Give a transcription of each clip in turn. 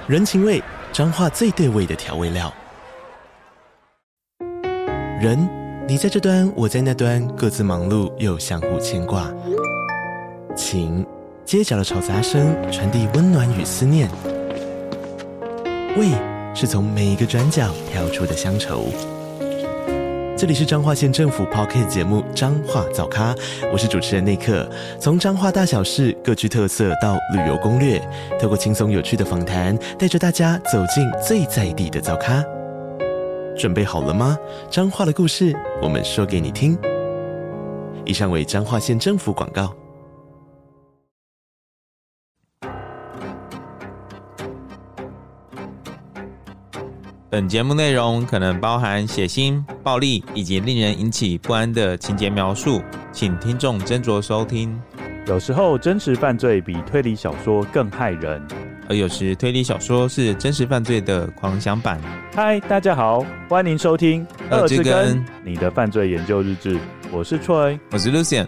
人情味，彰化最对味的调味料。人，你在这端，我在那端，各自忙碌又相互牵挂。情，街角的吵杂声传递温暖与思念。味，是从每一个转角跳出的乡愁。这里是彰化县政府 Podcast 节目《彰化早咖》，我是主持人内克。从彰化大小事各具特色到旅游攻略，透过轻松有趣的访谈，带着大家走进最在地的早咖。准备好了吗？彰化的故事，我们说给你听。以上为彰化县政府广告。 本节目内容可能包含血腥、暴力以及令人引起不安的情节描述，请听众斟酌收听。 有时候真实犯罪比推理小说更害人， 而有时推理小说是真实犯罪的狂想版。 嗨，大家好，欢迎收听二之根你的犯罪研究日志，我是 Troy， 我是 Lucien。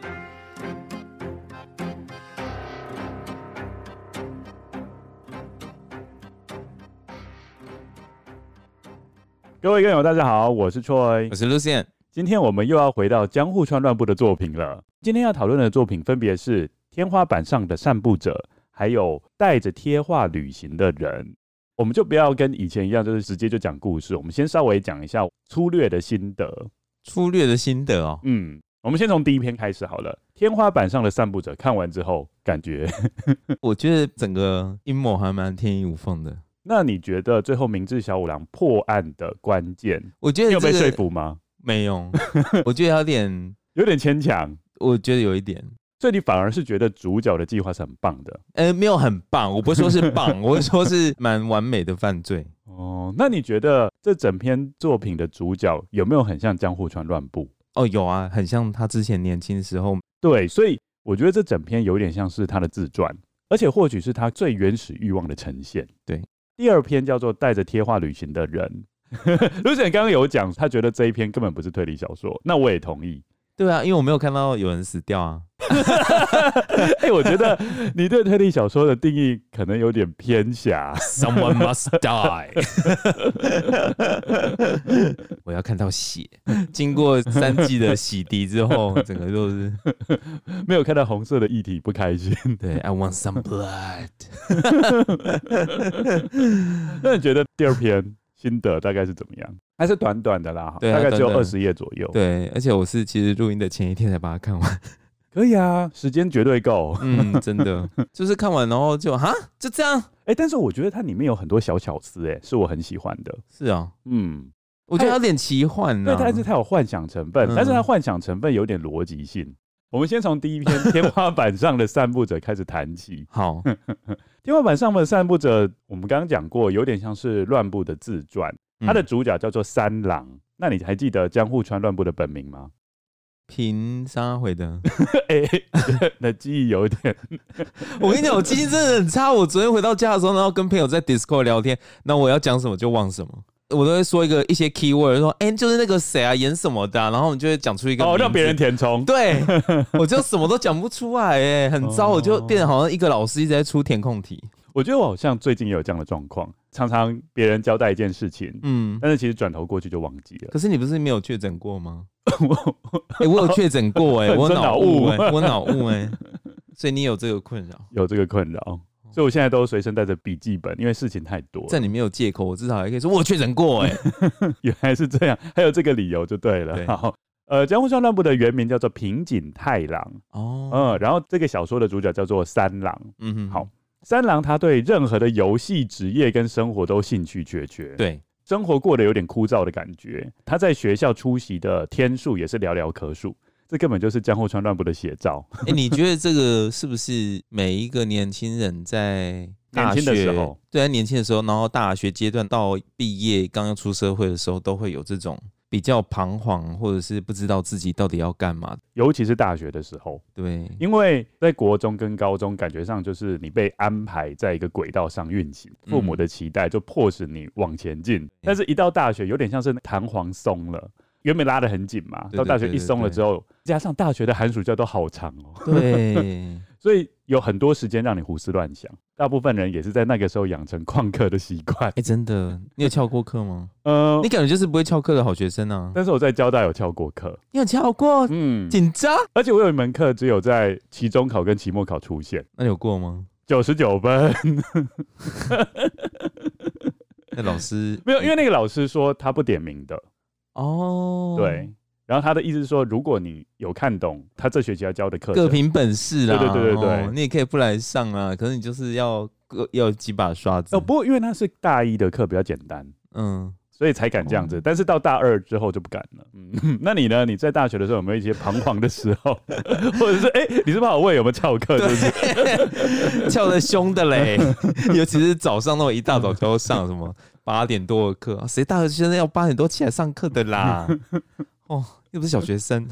各位观友大家好，我是 Troy， 我是 Lucien。 今天我们又要回到江户川乱步的作品了。今天要讨论的作品分别是天花板上的散步者，还有带着贴画旅行的人。我们就不要跟以前一样，就是直接就讲故事，我们先稍微讲一下粗略的心得。 粗略的心得哦。 我们先从第一篇开始好了。天花板上的散步者看完之后感觉我觉得整个阴谋还蛮天衣无缝的。 那你觉得最后明智小五郎破案的关键， 我觉得、 你有被说服吗？ 没有，我觉得有点牵强。 我觉得有一点， 所以你反而是觉得主角的计划是很棒的。 没有很棒，我不会说是棒，我会说是蛮完美的犯罪。 哦，那你觉得这整篇作品的主角有没有很像江户川乱步？ 哦，有啊，很像他之前年轻的时候。 对，所以我觉得这整篇有点像是他的自传，而且或许是他最原始欲望的呈现。 对。 第二篇叫做带着贴画旅行的人Lucien 刚刚有讲他觉得这一篇根本不是推理小说，那我也同意。 对啊，因为我没有看到有人死掉啊我觉得你对推理小说的定义可能有点偏狭 Someone must die 我要看到血，经过3季的洗涤之后整个都是没有看到红色的液体不开心。 对 I want some blood 那你觉得第二篇心得大概是怎么样？还是短短的啦， 对啊， 大概只有20页左右。 对，而且我是其实录音的前一天才把它看完。 可以啊，时间绝对够。 真的，就是看完然后就就这样。 但是我觉得它里面有很多小巧思，是我很喜欢的。 是啊，我觉得有点奇幻对，但是它有幻想成分，但是它幻想成分有点逻辑性。我们先从第一篇天花板上的散步者开始谈起。 好， 天花板上的散步者，我们刚刚讲过，有点像是乱步的自传。他的主角叫做三郎。那你还记得江户川乱步的本名吗？ 平三回的。 那记忆有点我跟你讲，我记忆真的很差。我昨天回到家的时候，然后跟朋友在 Discord 聊天，那我要讲什么就忘什么。我都会说一些 keyword， 说就是那个谁啊演什么的然后我们就会讲出一个名字让别人填充。 对，我就什么都讲不出来很糟，我就变得好像一个老师一直在出填空题。 我觉得我好像最近也有这样的状况，常常别人交代一件事情，但是其实转头过去就忘记了。 可是你不是没有确诊过吗？我有确诊过我脑雾所以你有这个困扰？ 有这个困扰，所以我现在都随身带着笔记本，因为事情太多了。 在你没有借口，我至少还可以说我有确诊过原来是这样，还有这个理由就对了。对，好，江户川乱步的原名叫做平井太郎。然后这个小说的主角叫做三郎。好。三郎他对任何的游戏、职业跟生活都兴趣缺缺， 对， 生活过得有点枯燥的感觉。他在学校出席的天数也是寥寥可数，这根本就是江户川乱步的写照。 你觉得这个是不是每一个年轻人在大学年轻的时候， 对，在年轻的时候，然后大学阶段到毕业刚要出社会的时候，都会有这种比较彷徨，或者是不知道自己到底要干嘛， 尤其是大学的时候。 对， 因为在国中跟高中感觉上就是你被安排在一个轨道上运行，父母的期待就迫使你往前进，但是一到大学有点像是弹簧松了，原本拉得很紧嘛，到大学一松了之后，加上大学的寒暑假都好长哦， 对所以有很多时间让你胡思乱想。大部分人也是在那个时候养成旷课的习惯。 真的，你有翘过课吗？你感觉就是不会翘课的好学生啊。 但是我在交大有翘过课。 你有翘过？紧张。 而且我有一门课只有在期中考跟期末考出现。 那你有过吗 ？99分。 那老师没有，因为那个老师说他不点名的。对。然后他的意思是说，如果你有看懂他这学期要教的课程， 各凭本事啦。 对， 你也可以不来上啊，可是你就是要有几把刷子。 不过因为他是大一的课比较简单，所以才敢这样子。但是到大二之后就不敢了。那你呢？你在大学的时候有没有一些彷徨的时候，或者是你是怕我胃有没有翘课？ 对，翘得凶的嘞，尤其是早上那种一大早就要上什么8点多的课，谁大学生要8点多起来上课的啦？又不是小学生。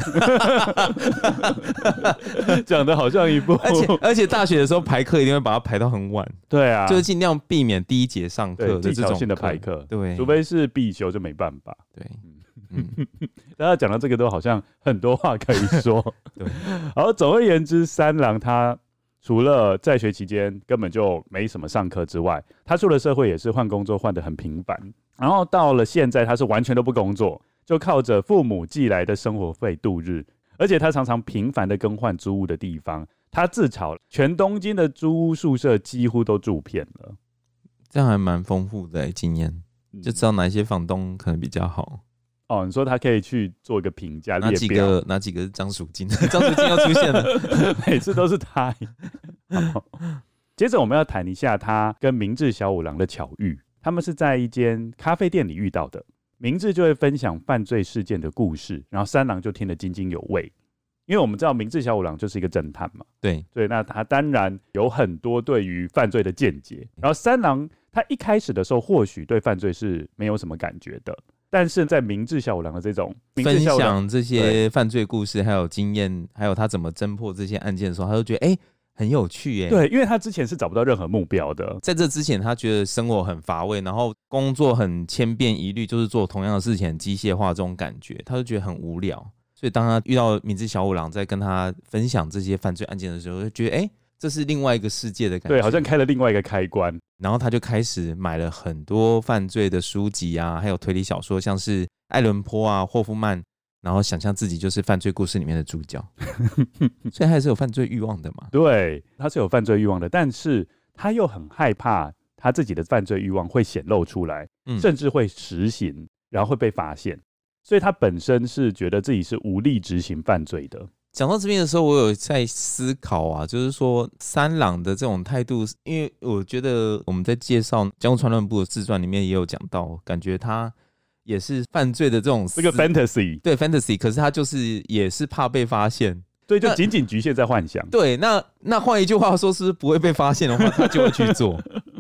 讲的好像一部， 而且大学的时候排课一定会把它排到很晚。 对啊， 就是尽量避免第一节上课的这种技巧性的排课。 对， 除非是必修就没办法。 对， 大家讲到这个都好像很多话可以说。对，好，总而言之，三郎他除了在学期间根本就没什么上课之外，他出了社会也是换工作换得很频繁，然后到了现在他是完全都不工作，就靠着父母寄来的生活费度日，而且他常常频繁的更换租屋的地方。他自嘲全东京的租屋宿舍几乎都住遍了。 这样还蛮丰富的经验，就知道哪一些房东可能比较好。 你说他可以去做一个评价列表， 哪几个是张淑晶？张淑晶又出现了， 每次都是他。接着我们要谈一下他跟明智小五郎的巧遇，他们是在一间咖啡店里遇到的。明智就会分享犯罪事件的故事，然后三郎就听得津津有味。因为我们知道明智小五郎就是一个侦探嘛， 对， 那他当然有很多对于犯罪的见解。然后三郎他一开始的时候或许对犯罪是没有什么感觉的，但是在明智小五郎的这种分享这些犯罪故事还有经验，还有他怎么侦破这些案件的时候，他就觉得很有趣耶。 对，因为他之前是找不到任何目标的， 在这之前他觉得生活很乏味，然后工作很千变一律，就是做同样的事情很机械化，这种感觉他就觉得很无聊。所以当他遇到明智小五郎在跟他分享这些犯罪案件的时候，就觉得这是另外一个世界的感觉， 对，好像开了另外一个开关。 然后他就开始买了很多犯罪的书籍啊，还有推理小说，像是爱伦坡啊、霍夫曼，然后想象自己就是犯罪故事里面的主角。所以他还是有犯罪欲望的嘛。 对，他是有犯罪欲望的，但是他又很害怕他自己的犯罪欲望会显露出来，甚至会实行，然后会被发现。所以他本身是觉得自己是无力执行犯罪的。 讲到这边的时候，我有在思考啊，就是说三郎的这种态度，因为我觉得我们在介绍江户川乱步的自传里面也有讲到，感觉他也是犯罪的这种这个 fantasy， 对 fantasy， 可是他就是也是怕被发现， 对，就仅仅局限在幻想。 对，那换一句话说，是不会被发现的话，他就会去做。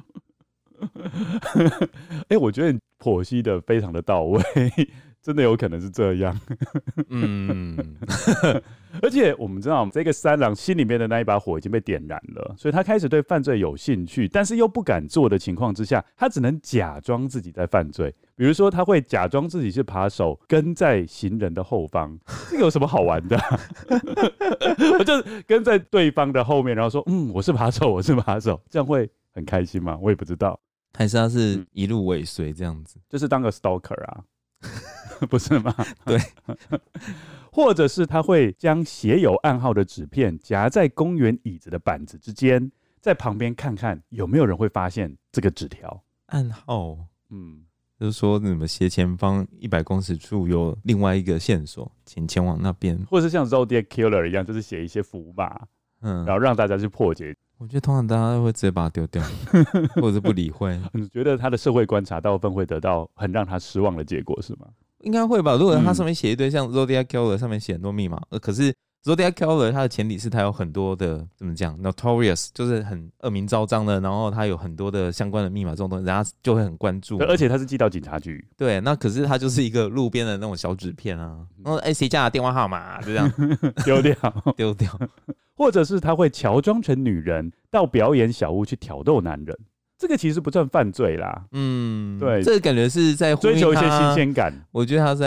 我觉得你剖析的非常的到位。真的有可能是这样。而且我们知道这个三郎心里面的那一把火已经被点燃了，所以他开始对犯罪有兴趣，但是又不敢做的情况之下，他只能假装自己在犯罪。比如说他会假装自己是扒手，跟在行人的后方。这个有什么好玩的？我就跟在对方的后面，然后说我是扒手，我是扒手，这样会很开心吗？我也不知道。 还是他是一路尾随这样子， 就是当个 stalker 啊。不是吗？ 对， 或者是他会将写有暗号的纸片夹在公园椅子的板子之间，在旁边看看有没有人会发现这个纸条。 暗号，就是说你们斜前方100公尺处有另外一个线索，请前往那边。 或者是像 Zodiac Killer 一样，就是写一些符码，然后让大家去破解。 我觉得通常大家会直接把它丢掉，或者是不理会。 你觉得他的社会观察大部分会得到很让他失望的结果是吗？ 应该会吧。如果他上面写一堆像 Zodiac Killer 上面写很多密码，可是 Zodiac Killer 它的前提是它有很多的怎么讲 notorious， 就是很恶名昭彰的，然后它有很多的相关的密码这种东西，人家就会很关注。 而且他是寄到警察局。 对，那可是他就是一个路边的那种小纸片啊，然后谁家的电话号码就这样丢掉丢掉。 或者是他会乔装成女人到表演小屋去挑逗男人，这个其实不算犯罪啦。对， 这个感觉是在追求一些新鲜感。 我觉得他是在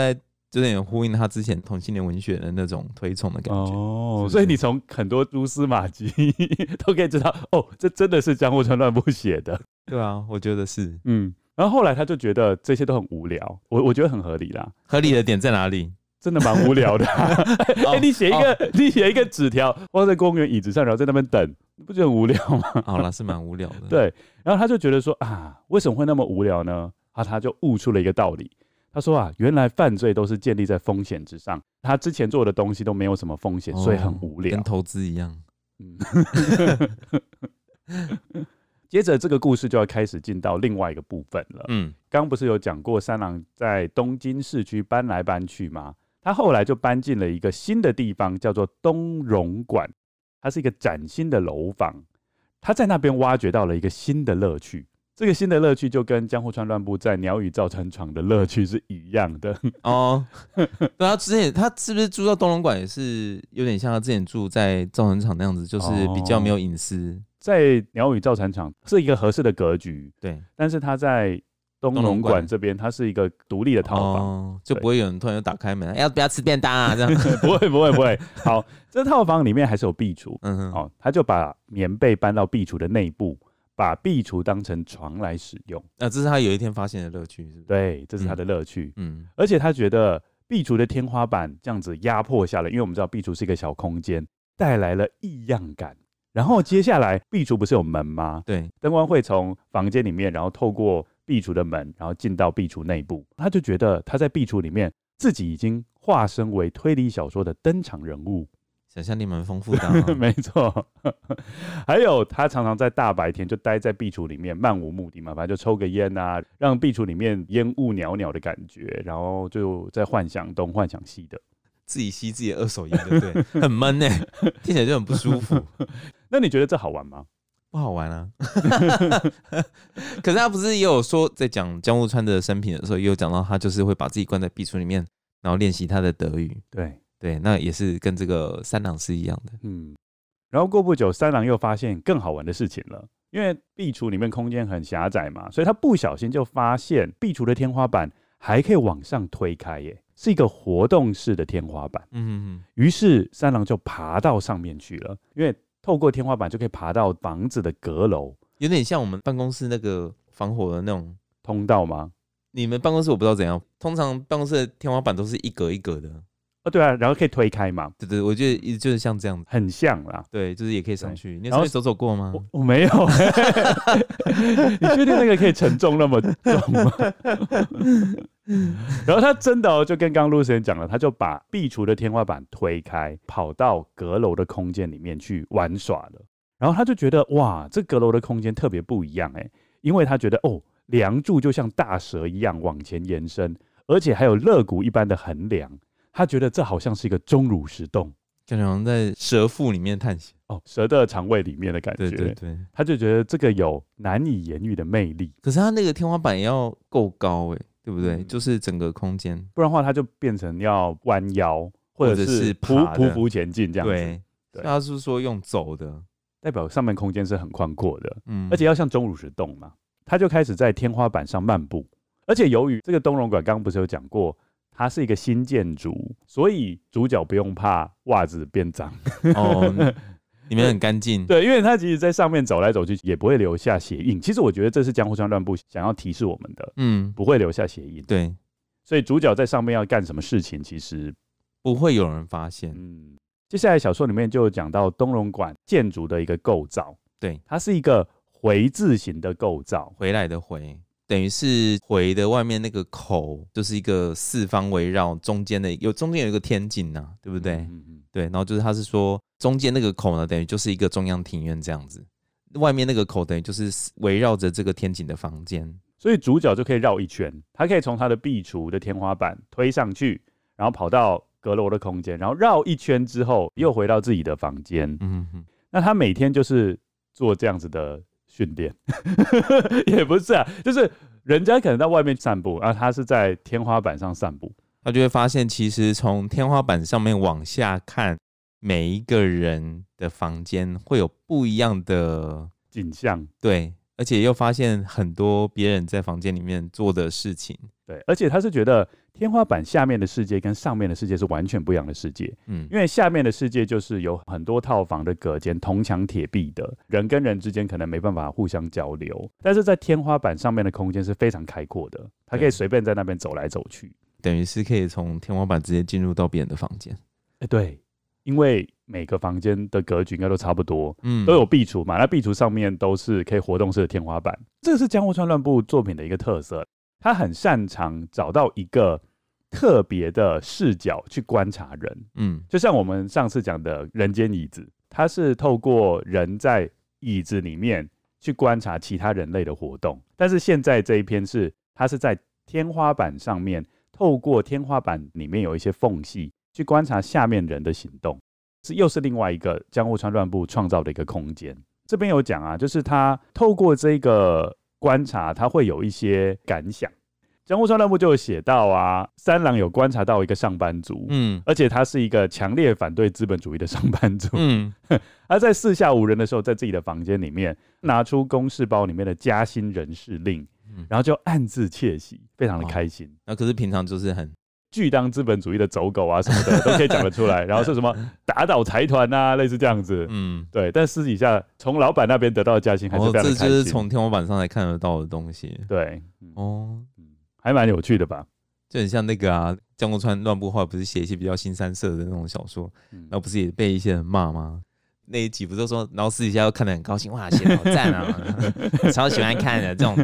就有点呼应他之前同性恋文学的那种推崇的感觉。 哦， 是不是所以你从很多蛛丝马迹都可以知道，哦，这真的是江户川乱步写的。 对啊，我觉得是然后后来他就觉得这些都很无聊，我觉得很合理啦。 合理的点在哪里？ 真的蛮无聊的、你写一个纸条放在公园椅子上，然后在那边等，你不觉得很无聊吗？ 好啦，是蛮无聊的。 对，然后他就觉得说啊，为什么会那么无聊呢？他就悟出了一个道理。他说啊，原来犯罪都是建立在风险之上，他之前做的东西都没有什么风险，所以很无聊， 跟投资一样。 接着这个故事就要开始进到另外一个部分了。刚不是有讲过三郎在东京市区搬来搬去吗？他后来就搬进了一个新的地方，叫做东荣馆，它是一个崭新的楼房。他在那边挖掘到了一个新的乐趣，这个新的乐趣就跟江户川乱步在鸟语造船厂的乐趣是一样的。 对，他之前他是不是住到东荣馆也是有点像他之前住在造船厂那样子，就是比较没有隐私。 在鸟语造船厂是一个合适的格局， 对， 但是他在东荣馆这边，它是一一个独立的套房， 就不会有人突然就打开门，要不要吃便当啊？这样不会。好，这套房里面还是有壁橱，他就把棉被搬到壁橱的内部，把壁橱当成床来使用。 这是他有一天发现的乐趣，是不是？ 对，这是他的乐趣。而且他觉得壁橱的天花板这样子压迫下来，因为我们知道壁橱是一个小空间，带来了异样感。然后接下来壁橱不是有门吗？ 对， 灯光会从房间里面，然后透过壁橱的门，然后进到壁橱内部。他就觉得他在壁橱里面自己已经化身为推理小说的登场人物， 想象力蛮丰富的。 没错。还有他常常在大白天就待在壁橱里面，漫无目的嘛，反正就抽个烟啊，让壁橱里面烟雾袅袅的感觉，然后就在幻想东幻想西的， 自己吸自己的二手烟，对不对？很闷欸，听起来就很不舒服。 那你觉得这好玩吗？ 不好玩啊。可是他不是也有说，在讲江户川的生平的时候，也有讲到他就是会把自己关在壁橱里面，然后练习他的德语。对，那也是跟这个三郎是一样的。 然后过不久，三郎又发现更好玩的事情了，因为壁橱里面空间很狭窄嘛，所以他不小心就发现壁橱的天花板还可以往上推开耶，是一个活动式的天花板。于是三郎就爬到上面去了，因为透过天花板就可以爬到房子的阁楼， 有点像我们办公室那个防火的那种通道吗？ 你们办公室我不知道怎样，通常办公室的天花板都是一格一格的。 对啊，然后可以推开嘛。 对，我觉得就是像这样子， 很像啦。 对，就是也可以上去。你有上去走过吗？ 我没有。你确定那个可以承重那么重吗？然后他真的就跟刚刚Lucien讲了，他就把壁橱的天花板推开，跑到阁楼的空间里面去玩耍了。然后他就觉得哇，这阁楼的空间特别不一样因为他觉得梁柱就像大蛇一样往前延伸，而且还有肋骨一般的横梁。他觉得这好像是一个钟乳石洞， 感觉好像在蛇腹里面探险蛇的肠胃里面的感觉。 对， 他就觉得这个有难以言喻的魅力。 可是他那个天花板也要够高对不对？就是整个空间， 不然的话他就变成要弯腰或者是匍匐前进这样子。 对，他是说用走的， 代表上面空间是很宽阔的，而且要像钟乳石洞嘛。他就开始在天花板上漫步，而且由于这个东荣馆刚刚不是有讲过，它是一个新建筑，所以主角不用怕袜子变脏里面很干净。 对，因为他其实在上面走来走去也不会留下鞋印。其实我觉得这是江户川乱步想要提示我们的，不会留下鞋印。 对， 所以主角在上面要干什么事情，其实不会有人发现。 接下来小说里面就有讲到东荣馆建筑的一个构造， 对， 它是一个回字形的构造， 回来的回。等于是回的外面那个口就是一个四方围绕，中间有一个天井啊，对不对？对，然后就是他是说中间那个口呢，等于就是一个中央庭院这样子，外面那个口等于就是围绕着这个天井的房间， 所以主角就可以绕一圈，他可以从他的壁橱的天花板推上去，然后跑到阁楼的空间，然后绕一圈之后又回到自己的房间。那他每天就是做这样子的训练也不是就是人家可能在外面散步，然后他是在天花板上散步， 他就会发现其实从天花板上面往下看，每一个人的房间会有不一样的景象。 对，而且又发现很多别人在房间里面做的事情。 对，而且他是觉得天花板下面的世界跟上面的世界是完全不一样的世界。因为下面的世界就是有很多套房的隔间，铜墙铁壁的，人跟人之间可能没办法互相交流。但是在天花板上面的空间是非常开阔的，它可以随便在那边走来走去， 等于是可以从天花板直接进入到别人的房间。 对，因为每个房间的格局应该都差不多，都有壁橱嘛，那壁橱上面都是可以活动式的天花板。这个是江户川乱步作品的一个特色，他很擅长找到一个特别的视角去观察人。就像我们上次讲的人间椅子，它是透过人在椅子里面去观察其他人类的活动，但是现在这一篇是它是在天花板上面，透过天花板里面有一些缝隙去观察下面人的行动，又是另外一个江户川乱步创造的一个空间。这边有讲啊，就是他透过这个观察，他会有一些感想。江户川乱步就有写到啊，三郎有观察到一个上班族，而且他是一个强烈反对资本主义的上班族。他在四下无人的时候，在自己的房间里面拿出公事包里面的加薪人事令，然后就暗自窃喜，非常的开心。 那可是平常就是很巨当资本主义的走狗啊什么的都可以讲得出来，然后是什么打倒财团啊，类似这样子。对，但私底下从老板那边得到的加薪还是非常的开心。 这就是从天花板上才看得到的东西。 对，还蛮有趣的吧？ 就很像那个啊，江户川乱步后来不是写一些比较新三色的那种小说，然后不是也被一些人骂吗？那一集不是说，然后私底下又看得很高兴，哇，写得好赞啊，超喜欢看的这种。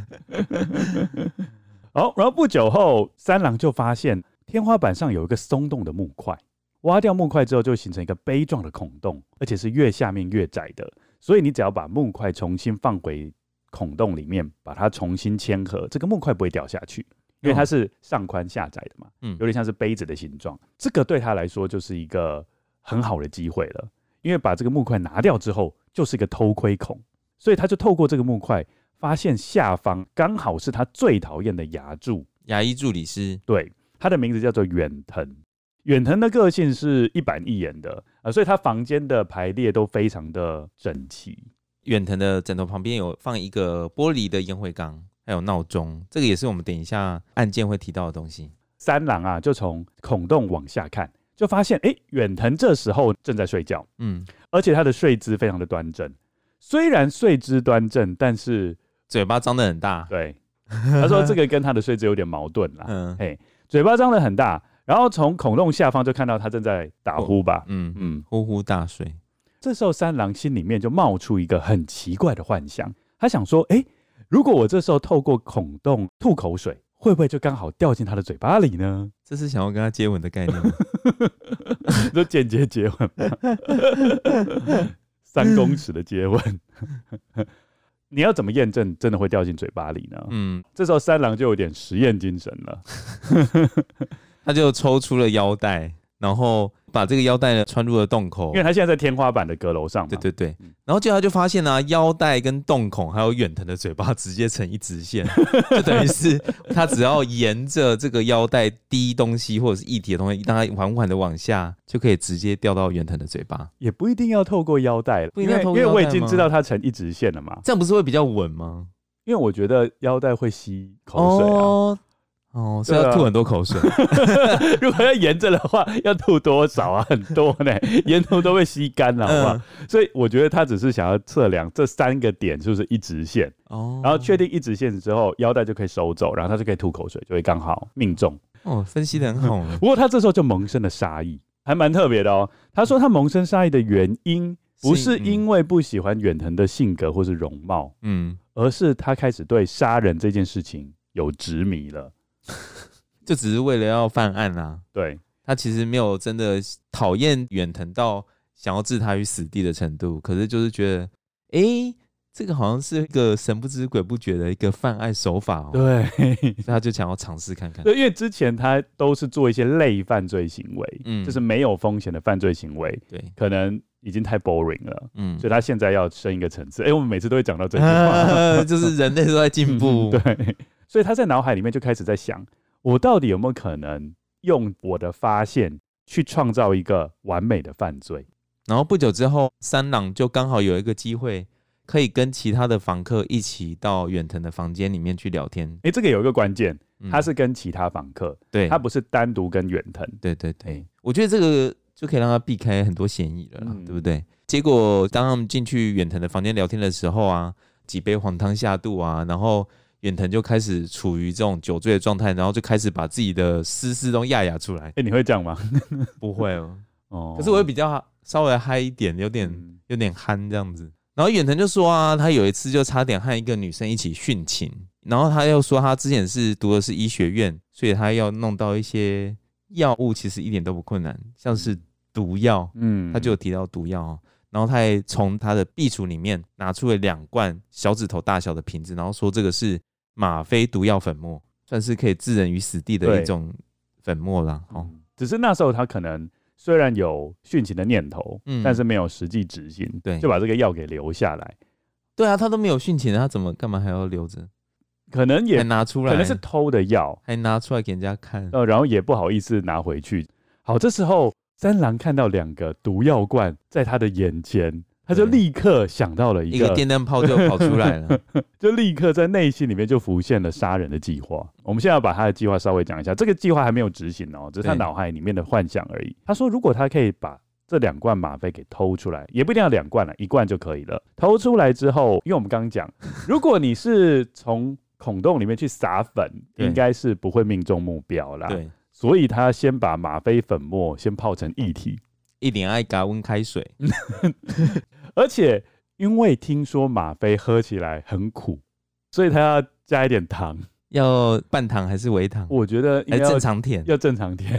然后不久后，三郎就发现天花板上有一个松动的木块，挖掉木块之后就形成一个杯状的孔洞，而且是越下面越窄的，所以你只要把木块重新放回孔洞里面，把它重新嵌合，这个木块不会掉下去，因为它是上宽下窄的嘛，有点像是杯子的形状。这个对他来说就是一个很好的机会了，因为把这个木块拿掉之后，就是一个偷窥孔，所以他就透过这个木块发现下方刚好是他最讨厌的牙医助理师，对，他的名字叫做远藤。远藤的个性是一板一眼的，所以他房间的排列都非常的整齐。 远藤的枕头旁边有放一个玻璃的烟灰缸，还有闹钟，这个也是我们等一下案件会提到的东西。 三郎啊，就从孔洞往下看，就发现远藤这时候正在睡觉，而且他的睡姿非常的端正。虽然睡姿端正，但是嘴巴张得很大。 对，他说这个跟他的睡姿有点矛盾啦。嘴巴张得很大，然后从孔洞下方就看到他正在打呼吧， 呼呼大睡。 这时候三郎心里面就冒出一个很奇怪的幻想，他想说，如果我这时候透过孔洞吐口水，会不会就刚好掉进他的嘴巴里呢？ 这是想要跟他接吻的概念吗？ 就间接接吻3公尺的接吻你要怎么验证真的会掉进嘴巴里呢？这时候三郎就有点实验精神了他就抽出了腰带，然后把这个腰带呢穿入了洞口， 因为他现在在天花板的阁楼上嘛。 对，然后结果他就发现啊，腰带跟洞孔还有远藤的嘴巴直接成一直线，就等于是他只要沿着这个腰带滴东西或者是液体的东西，让它缓缓的往下，就可以直接掉到远藤的嘴巴。 也不一定要透过腰带，因为我已经知道它成一直线了嘛。 这样不是会比较稳吗？ 因为我觉得腰带会吸口水啊。 所以要吐很多口水如果要沿着的话要吐多少啊？很多呢，沿途都会吸干了，好不好？所以我觉得他只是想要测量这3个点是不是一直线，然后确定一直线之后，腰带就可以收走，然后他就可以吐口水，就会刚好命中。 分析得很好不过他这时候就萌生了杀意，还蛮特别的哦。他说他萌生杀意的原因不是因为不喜欢远藤的性格或是容貌，而是他开始对杀人这件事情有执迷了。 就只是为了要犯案啦。 对， 他其实没有真的讨厌远藤到想要置他于死地的程度，可是就是觉得，这个好像是一个神不知鬼不觉的一个犯案手法对， 所以他就想要尝试看看。 对，因为之前他都是做一些类犯罪行为，就是没有风险的犯罪行为， 对， 可能已经太 boring 了，所以他现在要升一个层次。我们每次都会讲到这句话， 就是人类都在进步， 对。所以他在脑海里面就开始在想，我到底有没有可能用我的发现去创造一个完美的犯罪。 然后不久之后，三郎就刚好有一个机会可以跟其他的房客一起到远藤的房间里面去聊天。 这个有一个关键，他是跟其他房客， 对， 他不是单独跟远藤。 对对对，我觉得这个就可以让他避开很多嫌疑了啦，对不对？结果当他们进去远藤的房间聊天的时候啊，几杯黄汤下肚啊，然后远藤就开始处于这种酒醉的状态，然后就开始把自己的私都压出来。 你会这样吗？ 不会哦，可是我会比较稍微嗨一点，有点憨这样子。然后远藤就说啊，他有一次就差点和一个女生一起殉情，然后他又说他之前读的是医学院，所以他要弄到一些药物，其实一点都不困难，像是毒药，他就有提到毒药。然后他还从他的壁橱里面拿出了2罐小指头大小的瓶子，然后说这个是吗啡毒药粉末，算是可以置人于死地的一种粉末啦。 只是那时候他可能虽然有殉情的念头，但是没有实际执行，对，就把这个药给留下来。 对啊，他都没有殉情，他干嘛还要留着？ 可能也还拿出来， 可能是偷的药， 还拿出来给人家看， 然后也不好意思拿回去。好，这时候三郎看到2个毒药罐在他的眼前，他就立刻想到了一个电灯泡就跑出来了， 就立刻在内心里面就浮现了杀人的计划。我们现在要把他的计划稍微讲一下，这个计划还没有执行哦，只是他脑海里面的幻想而已。他说，如果他可以把这2罐吗啡给偷出来，也不一定要2罐了，1罐就可以了。偷出来之后，因为我们刚刚讲，如果你是从孔洞里面去撒粉，应该是不会命中目标啦。对。所以他先把吗啡粉末先泡成液体， 一点爱加温开水， 而且因为听说吗啡喝起来很苦，所以他要加一点糖， 要半糖还是微糖？我觉得还是正常甜， 要正常甜。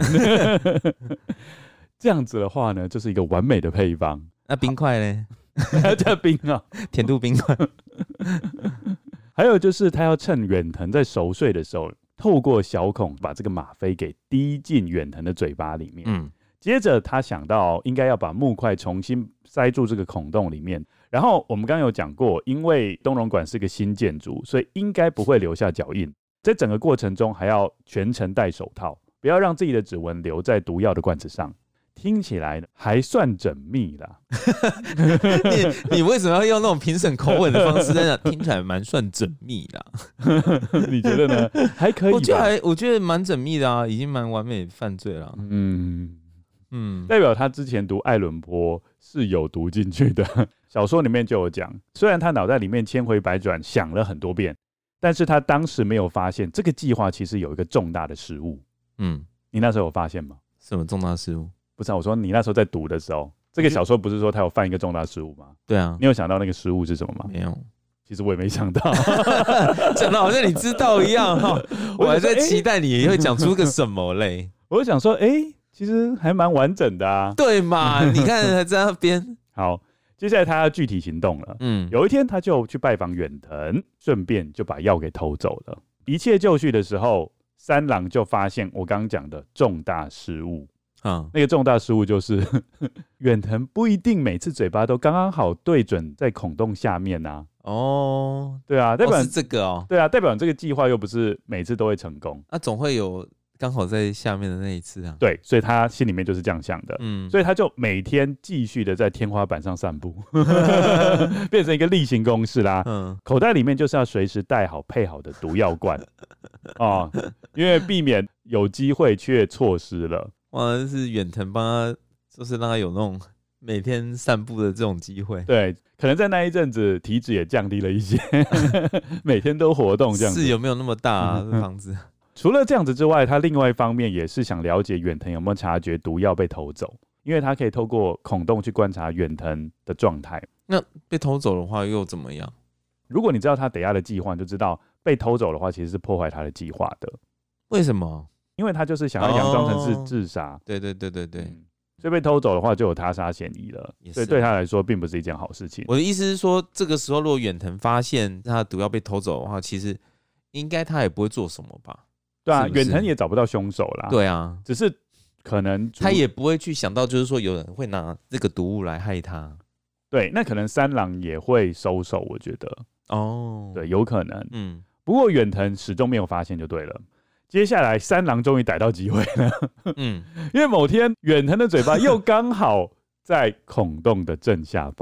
这样子的话呢，就是一个完美的配方。 那冰块呢？ 还要加冰啊， 甜度冰块。 还有就是他要趁远藤在熟睡的时候，透过小孔把这个吗啡给滴进远藤的嘴巴里面。接着他想到应该要把木块重新塞住这个孔洞里面。然后我们刚刚有讲过，因为东龙馆是个新建筑，所以应该不会留下脚印。在整个过程中还要全程戴手套，不要让自己的指纹留在毒药的罐子上。听起来还算缜密啦。 你为什么要用那种评审口吻的方式在那？听起来蛮算缜密啦。 你觉得呢？还可以吧？ 我觉得蛮缜密的啊，已经蛮完美犯罪了。 代表他之前读爱伦坡是有读进去的。小说里面就有讲，虽然他脑袋里面千回百转想了很多遍，但是他当时没有发现这个计划其实有一个重大的失误。你那时候有发现吗？ 什么重大失误？ 不是，我说你那时候在读的时候，这个小说不是说他有犯一个重大失误吗？ 对啊， 你有想到那个失误是什么吗？ 没有， 其实我也没想到， 讲的好像你知道一样哈。我还在期待你会讲出个什么嘞。 我想说，其实还蛮完整的啊。 对嘛？你看还在那边。 好，接下来他要具体行动了。有一天他就去拜访远藤，顺便就把药给偷走了。一切就绪的时候，三郎就发现我刚刚讲的重大失误。那个重大失误就是远藤不一定每次嘴巴都刚刚好对准在孔洞下面啊。对啊，代表是这个哦。 对啊，代表这个计划又不是每次都会成功。 总会有刚好在下面的那一次啊。 对，所以他心里面就是这样想的。所以他就每天继续的在天花板上散步，变成一个例行公事啦。口袋里面就是要随时带好配好的毒药罐因为避免有机会却错失了。 哇，是远藤帮他，就是让他有那种每天散步的这种机会。 对，可能在那一阵子体脂也降低了一些，每天都活动这样子。 是有没有那么大啊？这房子。 除了这样子之外，他另外一方面也是想了解远藤有没有察觉毒药被偷走，因为他可以透过孔洞去观察远藤的状态。 那被偷走的话又怎么样？ 如果你知道他等下的计划，就知道被偷走的话其实是破坏他的计划的。 为什么？ 因为他就是想要佯装成是自杀。 对， 所以被偷走的话就有他杀嫌疑了，所以对他来说并不是一件好事情。 我的意思是说，这个时候如果远藤发现他的毒药被偷走的话，其实应该他也不会做什么吧？ 对啊，远藤也找不到凶手啦。 对啊， 只是可能他也不会去想到，就是说有人会拿这个毒物来害他。 对，那可能三郎也会收手，我觉得。对，有可能。不过远藤始终没有发现就对了。接下来三郎终于逮到机会了。因为某天远藤的嘴巴又刚好在孔洞的正下方。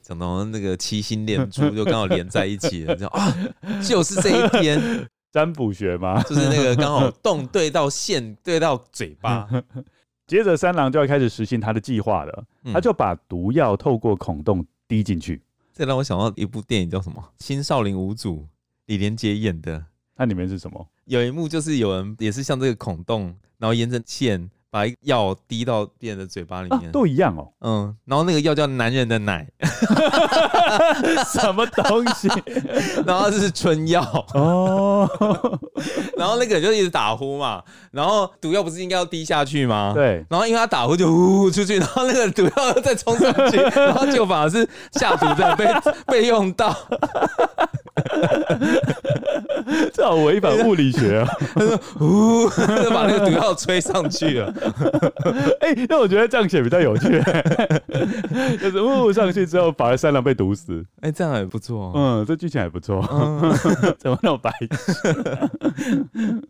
讲到那个七星连珠就刚好连在一起了，啊，就是这一天占卜学吗？ 就是那个刚好洞对到线对到嘴巴。 接着三郎就要开始实行他的计划了，他就把毒药透过孔洞滴进去。 这让我想到一部电影叫什么《新少林五祖》，李连杰演的。 那里面是什么？ 有一幕就是有人也是像这个孔洞，然后沿着线把药滴到别人的嘴巴里面， 都一样哦。 然后那个药叫男人的奶， 什么东西？ 然后这是春药哦。然后那个人就一直打呼嘛，然后毒药不是应该要滴下去吗？ 对。 然后因为他打呼就呼出去，然后那个毒药又再冲上去，然后就反而是下毒的被用到。 这好违反物理学啊！ 就把那个毒药吹上去了。 那我觉得这样写比较有趣，就是上去之后，反而三郎被毒死。 这样还不错。 这剧情还不错。怎么那么白痴？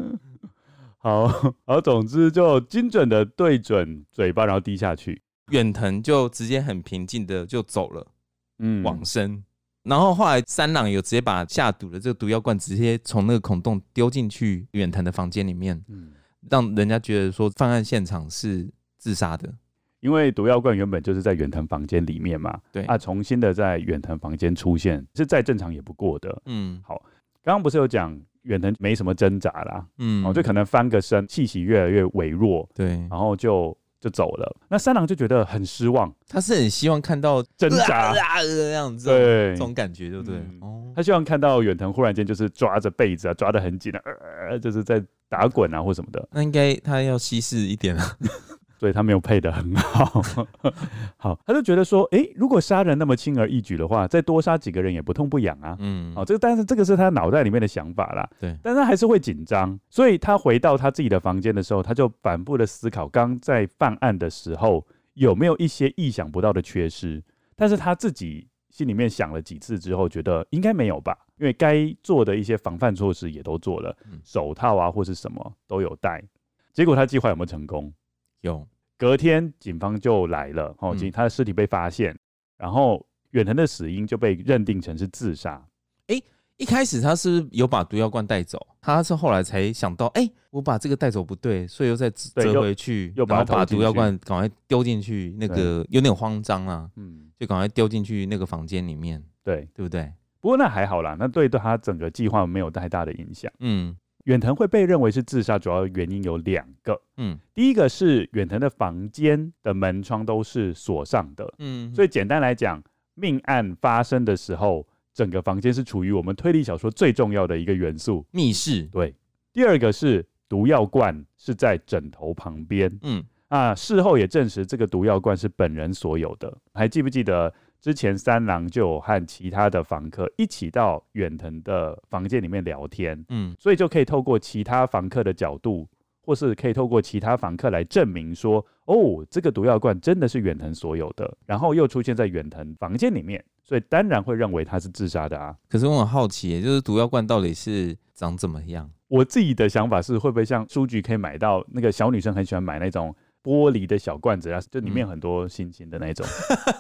好，总之就精准的对准嘴巴，然后滴下去。 远藤就直接很平静的就走了，往生。然后后来三郎有直接把下毒的这个毒药罐直接从那个孔洞丢进去远藤的房间里面，让人家觉得说犯案现场是自杀的。 因为毒药罐原本就是在远藤房间里面嘛， 对重新的在远藤房间出现，是再正常也不过的。好，刚刚不是有讲远藤没什么挣扎啦，就可能翻个身，气息越来越微弱， 对， 然后就走了。那三郎就觉得很失望， 他是很希望看到挣扎这样子， 对， 这种感觉，对不对？ 他希望看到远藤忽然间就是抓着被子啊，抓得很紧就是在打滚啊或什么的。 那应该他要稀释一点啊。 所以他没有配得很好。好，他就觉得说，如果杀人那么轻而易举的话，再多杀几个人也不痛不痒啊。但是这个是他脑袋里面的想法啦。 对， 但是他还是会紧张，所以他回到他自己的房间的时候，他就反复的思考，刚在犯案的时候有没有一些意想不到的缺失。但是他自己心里面想了几次之后，觉得应该没有吧，因为该做的一些防范措施也都做了，手套啊或是什么都有戴。结果他计划有没有成功？ 有。 隔天警方就来了，他的尸体被发现，然后远藤的死因就被认定成是自杀。 一开始他是有把毒药罐带走，他是后来才想到，我把这个带走不对，所以又再折回去， 又然后把毒药罐赶快丢进去，那个有点慌张啊，就赶快丢进去那个房间里面，对不对？ 不过那还好啦，那对他整个计划没有太大的影响。远藤会被认为是自杀，主要原因有2个。第一个是远藤的房间的门窗都是锁上的，所以简单来讲，命案发生的时候，整个房间是处于我们推理小说最重要的一个元素—— 密室。 对。第二个是毒药罐是在枕头旁边。事后也证实这个毒药罐是本人所有的。还记不记得？之前三郎就有和其他的房客一起到远藤的房间里面聊天，所以就可以透过其他房客的角度，或是可以透过其他房客来证明说，这个毒药罐真的是远藤所有的，然后又出现在远藤房间里面，所以当然会认为他是自杀的啊。 可是我很好奇，就是毒药罐到底是长怎么样？ 我自己的想法是，会不会像书局可以买到那个小女生很喜欢买那种玻璃的小罐子啊，就里面很多星星的那种。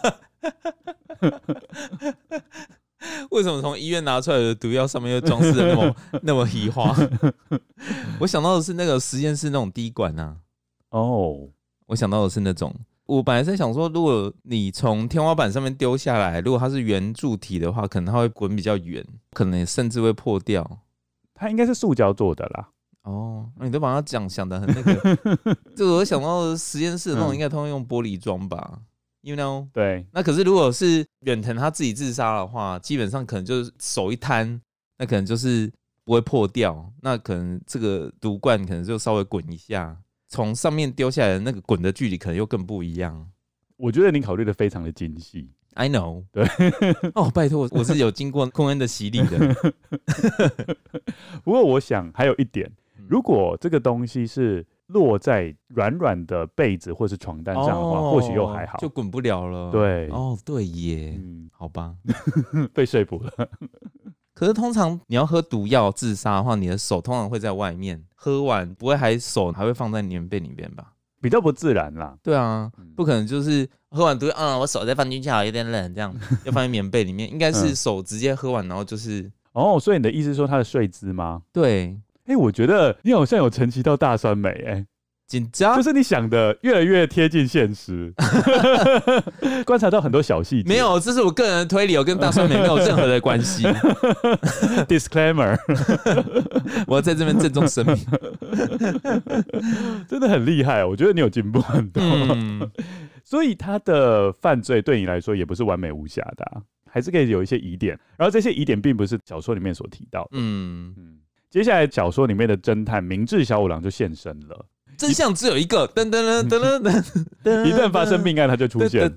为什么从医院拿出来的毒药上面又装饰的那么奇花？我想到的是那个实验室那种滴管啊。我想到的是那种。我本来在想说，如果你从天花板上面丢下来，如果它是圆柱体的话，可能它会滚比较远，可能甚至会破掉。 它应该是塑胶做的啦。 那你都把它想得很那个。这个我想到实验室的那种，应该通常用玻璃装吧。You know？ 对。 那可是如果是远藤他自己自杀的话，基本上可能就是手一摊，那可能就是不会破掉，那可能这个毒罐可能就稍微滚一下，从上面丢下来的那个滚的距离可能又更不一样。 我觉得你考虑的非常的精细。 I know。 对。 拜托，我是有经过昆恩的洗礼的。 不过我想还有一点，如果这个东西是落在软软的被子或是床单上的话，或许又还好， 就滚不了了。 对， 对耶，好吧， 被说服了。 可是通常你要喝毒药自杀的话，你的手通常会在外面，喝完不会手还会放在棉被里面吧？ 比较不自然啦。 对啊，不可能就是喝完毒我手再放进去好，有点冷，这样要放在棉被里面，应该是手直接喝完，然后就是所以你的意思是说他的睡姿吗？ 对。 我觉得你好像有承袭到大酸梅紧张， 就是你想的越来越贴近现实，观察到很多小细节。 没有，这是我个人的推理，我跟大酸梅没有任何的关系。 Disclaimer， 我要在这边郑重声明， 真的很厉害，我觉得你有进步很多。所以他的犯罪对你来说也不是完美无瑕的还是可以有一些疑点，然后这些疑点并不是小说里面所提到的。接下来小说里面的侦探明智小五郎就现身了， 真相只有一个，噔噔噔噔噔噔， 一旦发生命案他就出现，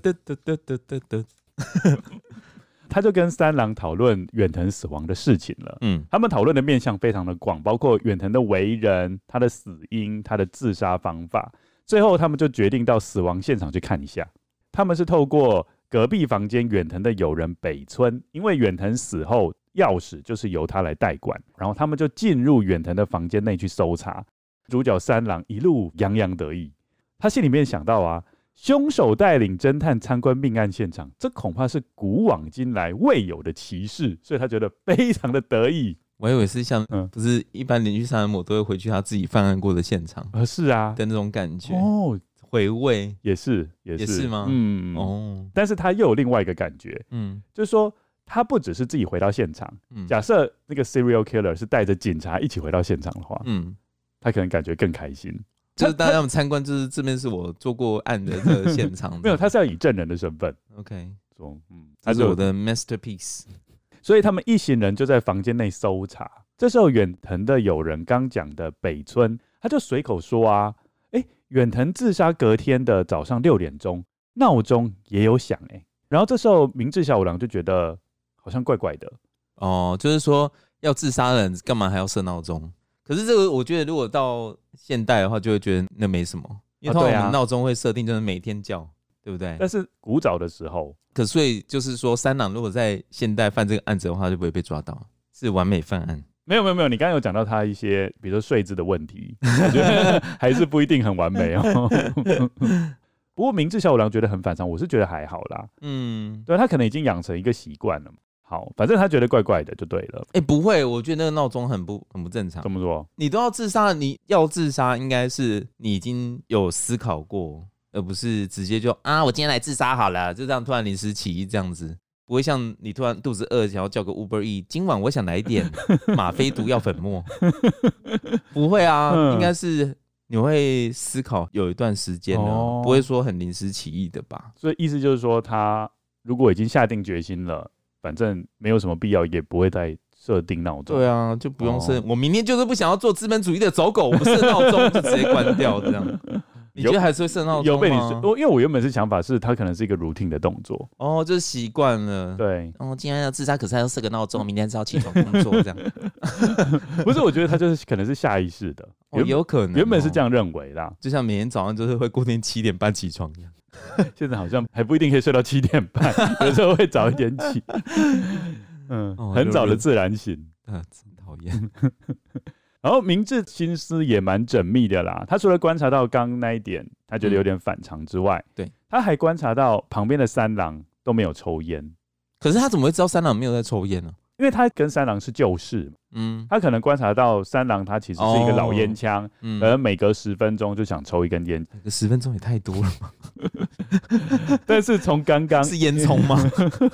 他就跟三郎讨论远藤死亡的事情了。他们讨论的面向非常的广，包括远藤的为人、他的死因、他的自杀方法。最后他们就决定到死亡现场去看一下。他们是透过隔壁房间远藤的友人北村，因为远藤死后钥匙就是由他来代管，然后他们就进入远藤的房间内去搜查。主角三郎一路洋洋得意，他心里面想到凶手带领侦探参观命案现场，这恐怕是古往今来未有的奇事，所以他觉得非常的得意。 我以为是像不是一般连续杀人魔都会回去他自己犯案过的现场， 是啊的那种感觉回味也是吗？ 但是他又有另外一个感觉，就是说他不只是自己回到现场，假设那个 serial killer 是带着警察一起回到现场的话，他可能感觉更开心。 就是大家们参观，就是这边是我做过案的这个现场。 没有，他是要以证人的身份。 OK， 他是我的 masterpiece。 所以他们一行人就在房间内搜查。这时候远藤的友人刚讲的北村，他就随口说远藤自杀隔天的早上6点钟，闹钟也有响然后这时候明智小五郎就觉得好像怪怪的。 就是说要自杀的人干嘛还要设闹钟？可是这个我觉得如果到现代的话，就会觉得那没什么，因为通常我们闹钟会设定就是每天叫，对不对？ 但是古早的时候， 所以就是说三郎如果在现代犯这个案子的话，就不会被抓到，是完美犯案。 没有，你刚刚有讲到他一些比如说睡姿的问题，我觉得还是不一定很完美不过明智小五郎觉得很反常，我是觉得还好啦。对，他可能已经养成一个习惯了。好，反正他觉得怪怪的就对了。 不会，我觉得那个闹钟很不正常。 怎么说？你都要自杀，你要自杀应该是你已经有思考过，而不是直接就我今天来自杀好了，就这样突然临时起意这样子。不会像你突然肚子饿想要叫个 Uber E， 今晚我想来一点吗啡毒药粉末。不会应该是你会思考有一段时间了，不会说很临时起意的吧？ 所以意思就是说，他如果已经下定决心了，反正没有什么必要，也不会再设定闹钟。 对啊，就不用设。我明天就是不想要做资本主义的走狗，我不设闹钟就直接关掉这样。你觉得还是会设闹钟吗？ 有被你因为我原本是想法是，它可能是一个 routine 的动作。 就是习惯了。 对。 今天要自杀，可是还要设个闹钟，明天是要起床工作这样。 不是，我觉得他就是可能是下意识的。 有可能。 原本是这样认为啦， 就像每天早上就是会固定7点半起床一样。 现在好像还不一定可以睡到7点半，有时候会早一点起。很早的自然醒。 真讨厌。 然后明智心思也蛮缜密的啦，他除了观察到刚刚那一点他觉得有点反常之外， 对， 他还观察到旁边的三郎都没有抽烟。 可是他怎么会知道三郎没有在抽烟呢？ 因为他跟三郎是旧识，他可能观察到三郎他其实是一个老烟枪，而每隔10分钟就想抽一根烟。 10分钟也太多了吧？ 但是从刚刚是烟囱吗？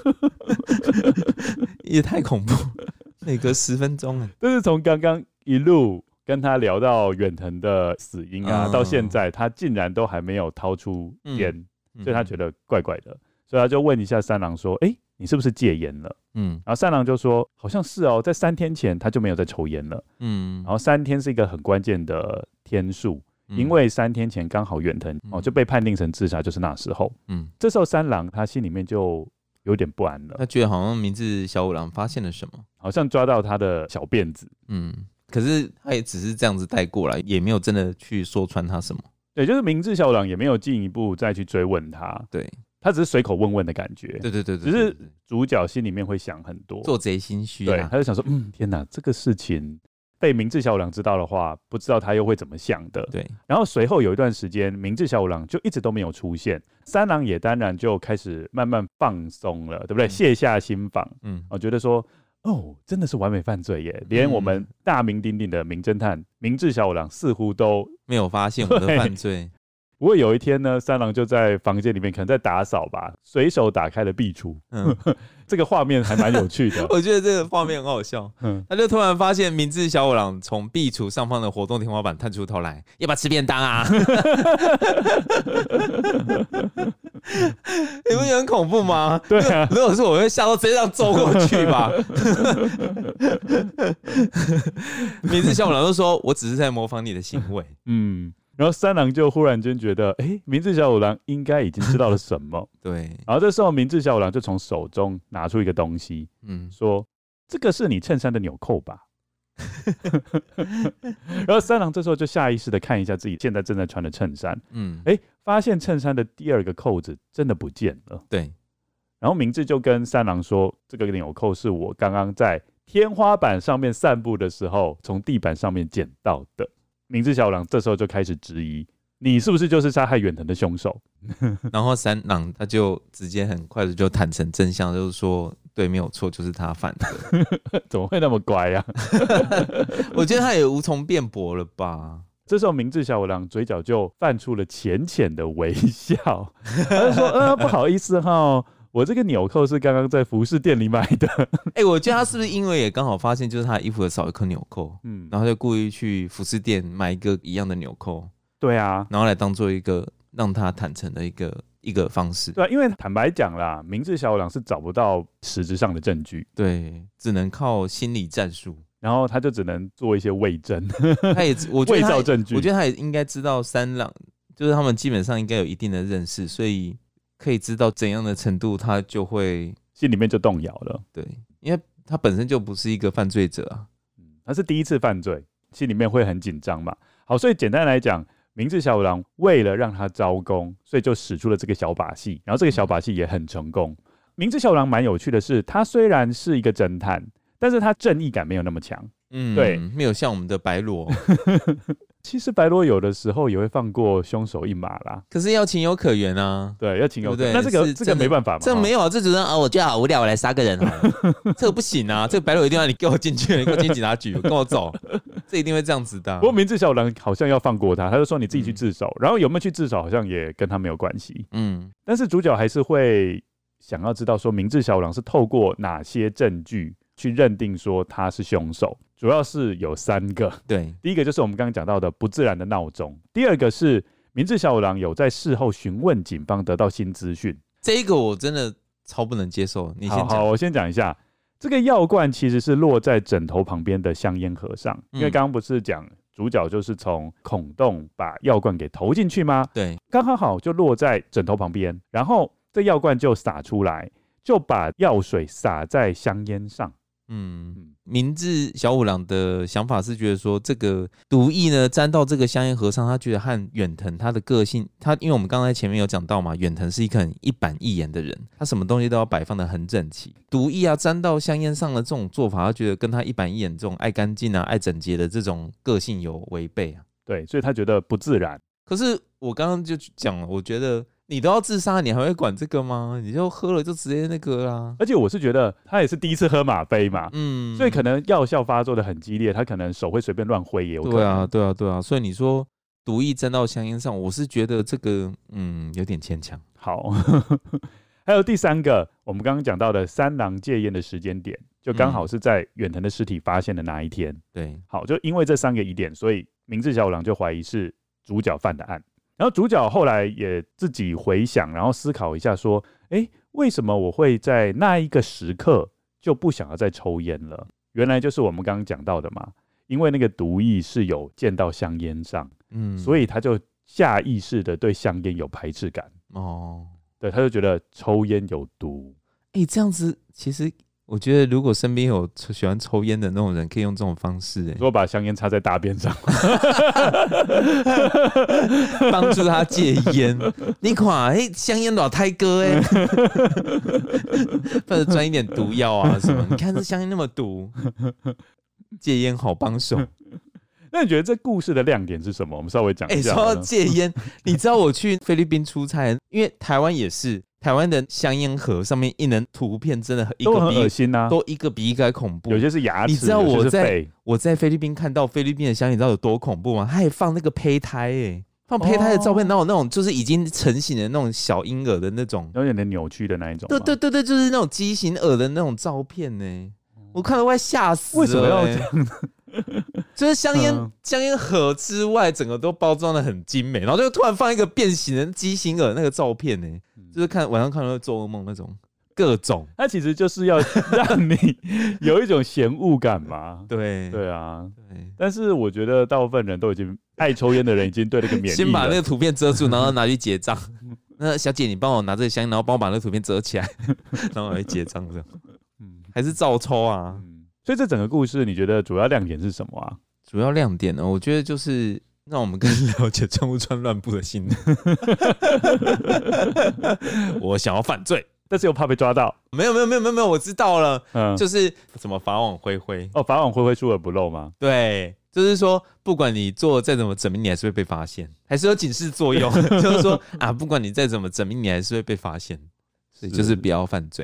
也太恐怖，每隔10分钟但是从刚刚一路跟他聊到远藤的死因到现在他竟然都还没有掏出烟，所以他觉得怪怪的，所以他就问一下三郎说：“你是不是戒烟了？”然后三郎就说：“好像是哦，在3天前他就没有再抽烟了。”然后3天是一个很关键的天数，因为3天前刚好远藤就被判定成自杀，就是那时候。这时候三郎他心里面就有点不安了， 他觉得好像明智小五郎发现了什么， 好像抓到他的小辫子。 可是他也只是这样子带过来，也没有真的去说穿他什么。 对，就是明智小五郎也没有进一步再去追问他。 对， 他只是随口问问的感觉。 对， 只是主角心里面会想很多， 做贼心虚。 对，他就想说，天哪，这个事情被明智小五郎知道的话，不知道他又会怎么想的。 对， 然后随后有一段时间，明智小五郎就一直都没有出现，三郎也当然就开始慢慢放松了，对不对？卸下心防，我觉得说，哦，真的是完美犯罪耶！连我们大名鼎鼎的名侦探明智小五郎似乎都没有发现我的犯罪。 不过有一天呢，三郎就在房间里面，可能在打扫吧，随手打开了壁橱。这个画面还蛮有趣的。 我觉得这个画面很好笑。他就突然发现明智小五郎从壁橱上方的活动天花板探出头来，要不要吃便当啊？你不觉得很恐怖吗？ 对啊， 如果是我会吓到直接这样揍过去吧。明智小五郎就说：“我只是在模仿你的行为。” 然后三郎就忽然间觉得，明智小五郎应该已经知道了什么。 对， 然后这时候明智小五郎就从手中拿出一个东西，说：“这个是你衬衫的纽扣吧？”然后三郎这时候就下意识的看一下自己现在正在穿的衬衫，发现衬衫的第二个扣子真的不见了。 对， 然后明智就跟三郎说：“这个纽扣是我刚刚在天花板上面散步的时候从地板上面捡到的。”明智小五郎这时候就开始质疑：“你是不是就是杀害远藤的凶手？” 然后三郎他就直接很快的就坦诚真相，就是说：“对，没有错，就是他犯的。” 怎么会那么乖啊？ 我觉得他也无从辩驳了吧。 这时候明智小五郎嘴角就泛出了浅浅的微笑，他就说：“不好意思哈。”我这个纽扣是刚刚在服饰店里买的。 我觉得他是不是因为也刚好发现就是他的衣服少一颗纽扣，然后就故意去服饰店买一个一样的纽扣。 对啊， 然后来当做一个让他坦诚的一个方式。 对啊，因为坦白讲啦，明智小五郎是找不到实质上的证据， 对，只能靠心理战术。 然后他就只能做一些伪证， 伪造证据。 我觉得他也应该知道三郎，就是他们基本上应该有一定的认识，所以可以知道怎样的程度，他就会心里面就动摇了。 对，因为他本身就不是一个犯罪者啊， 他是第一次犯罪，心里面会很紧张嘛。好，所以简单来讲，明智小五郎为了让他招供，所以就使出了这个小把戏，然后这个小把戏也很成功。明智小五郎蛮有趣的是，他虽然是一个侦探，但是他正义感没有那么强。对， 没有像我们的白罗。 其实白罗有的时候也会放过凶手一马啦， 可是要情有可原啊。 对，要情有可原。那这个没办法嘛， 这没有啊，这只是我觉得好无聊，我来杀个人好了。这个不行啊，这个白罗一定要你给我进去，你给我进警察局，跟我走，这一定会这样子的。 不过明智小五郎好像要放过他，他就说你自己去自首，然后有没有去自首好像也跟他没有关系。但是主角还是会想要知道说明智小五郎是透过哪些证据去认定说他是凶手，主要是有3个。 对， 第一个就是我们刚刚讲到的不自然的闹钟，第二个是明智小五郎有在事后询问警方得到新资讯。 这个我真的超不能接受，你先讲。 好，我先讲一下，这个药罐其实是落在枕头旁边的香烟盒上，因为刚刚不是讲主角就是从孔洞把药罐给投进去吗？ 对， 刚好就落在枕头旁边，然后这药罐就洒出来，就把药水洒在香烟上。 明智小五郎的想法是觉得说，这个毒液呢沾到这个香烟盒上，他觉得和远藤他的个性，因为我们刚才前面有讲到嘛，远藤是一个很一板一眼的人，他什么东西都要摆放得很整齐。毒液啊沾到香烟上的这种做法，他觉得跟他一板一眼这种爱干净啊、爱整洁的这种个性有违背啊。 对，所以他觉得不自然。 可是我刚刚就讲了，我觉得你都要自杀，你还会管这个吗？你就喝了就直接那个啦。 而且我是觉得他也是第一次喝吗啡嘛，所以可能药效发作的很激烈，他可能手会随便乱挥也有可能。 对啊。所以你说毒液沾到香烟上，我是觉得这个有点牵强。 好，还有第3个，我们刚刚讲到的三郎戒烟的时间点，就刚好是在远藤的尸体发现的那一天。 对， 好，就因为这3个疑点，所以明智小五郎就怀疑是主角犯的案。然后主角后来也自己回想，然后思考一下说，为什么我会在那一个时刻就不想要再抽烟了？原来就是我们刚刚讲到的嘛，因为那个毒液是有溅到香烟上，所以他就下意识的对香烟有排斥感。对，他就觉得抽烟有毒。 这样子其实我觉得如果身边有喜欢抽烟的那种人，可以用这种方式， 如果把香烟插在大便上， 帮助他戒烟。你看，香烟老太哥或者装一点毒药啊什么？你看这香烟那么毒。 戒烟好帮手。 那你觉得这故事的亮点是什么？我们稍微讲一下。 说到戒烟，你知道我去菲律宾出差，因为台湾也是，台湾的香烟盒上面印的图片真的都很恶心啊， 都一个比一个恐怖。 有些是牙齿， 你知道我在菲律宾看到菲律宾的香烟，你知道有多恐怖吗？他还放那个胚胎，放胚胎的照片，然后那种就是已经成型的那种小婴儿的那种， 有点扭曲的那一种。 对，就是那种畸形儿的那种照片呢。我看到快吓死了。 为什么要这样？ 就是香烟盒之外，整个都包装的很精美，然后就突然放一个变形的畸形儿那个照片呢，就是晚上看到会做噩梦那种，各种。 它其实就是要让你有一种嫌恶感嘛。 对啊，但是我觉得大部分人都已经爱抽烟的人已经对那个免疫了。 先把那个图片遮住，然后拿去结账。那小姐，你帮我拿这个香烟，然后帮我把那个图片遮起来，然后来结账这样。还是照抽啊。 所以这整个故事，你觉得主要亮点是什么啊？ 主要亮点呢，我觉得就是让我们更了解江户川乱步的心理。我想要犯罪， 但是又怕被抓到。 没有，我知道了。就是什么法网恢恢。 法网恢恢，疏而不漏吗？ 对，就是说，不管你做再怎么缜密，你还是会被发现，还是有警示作用。就是说啊，不管你再怎么缜密，你还是会被发现，所以就是不要犯罪。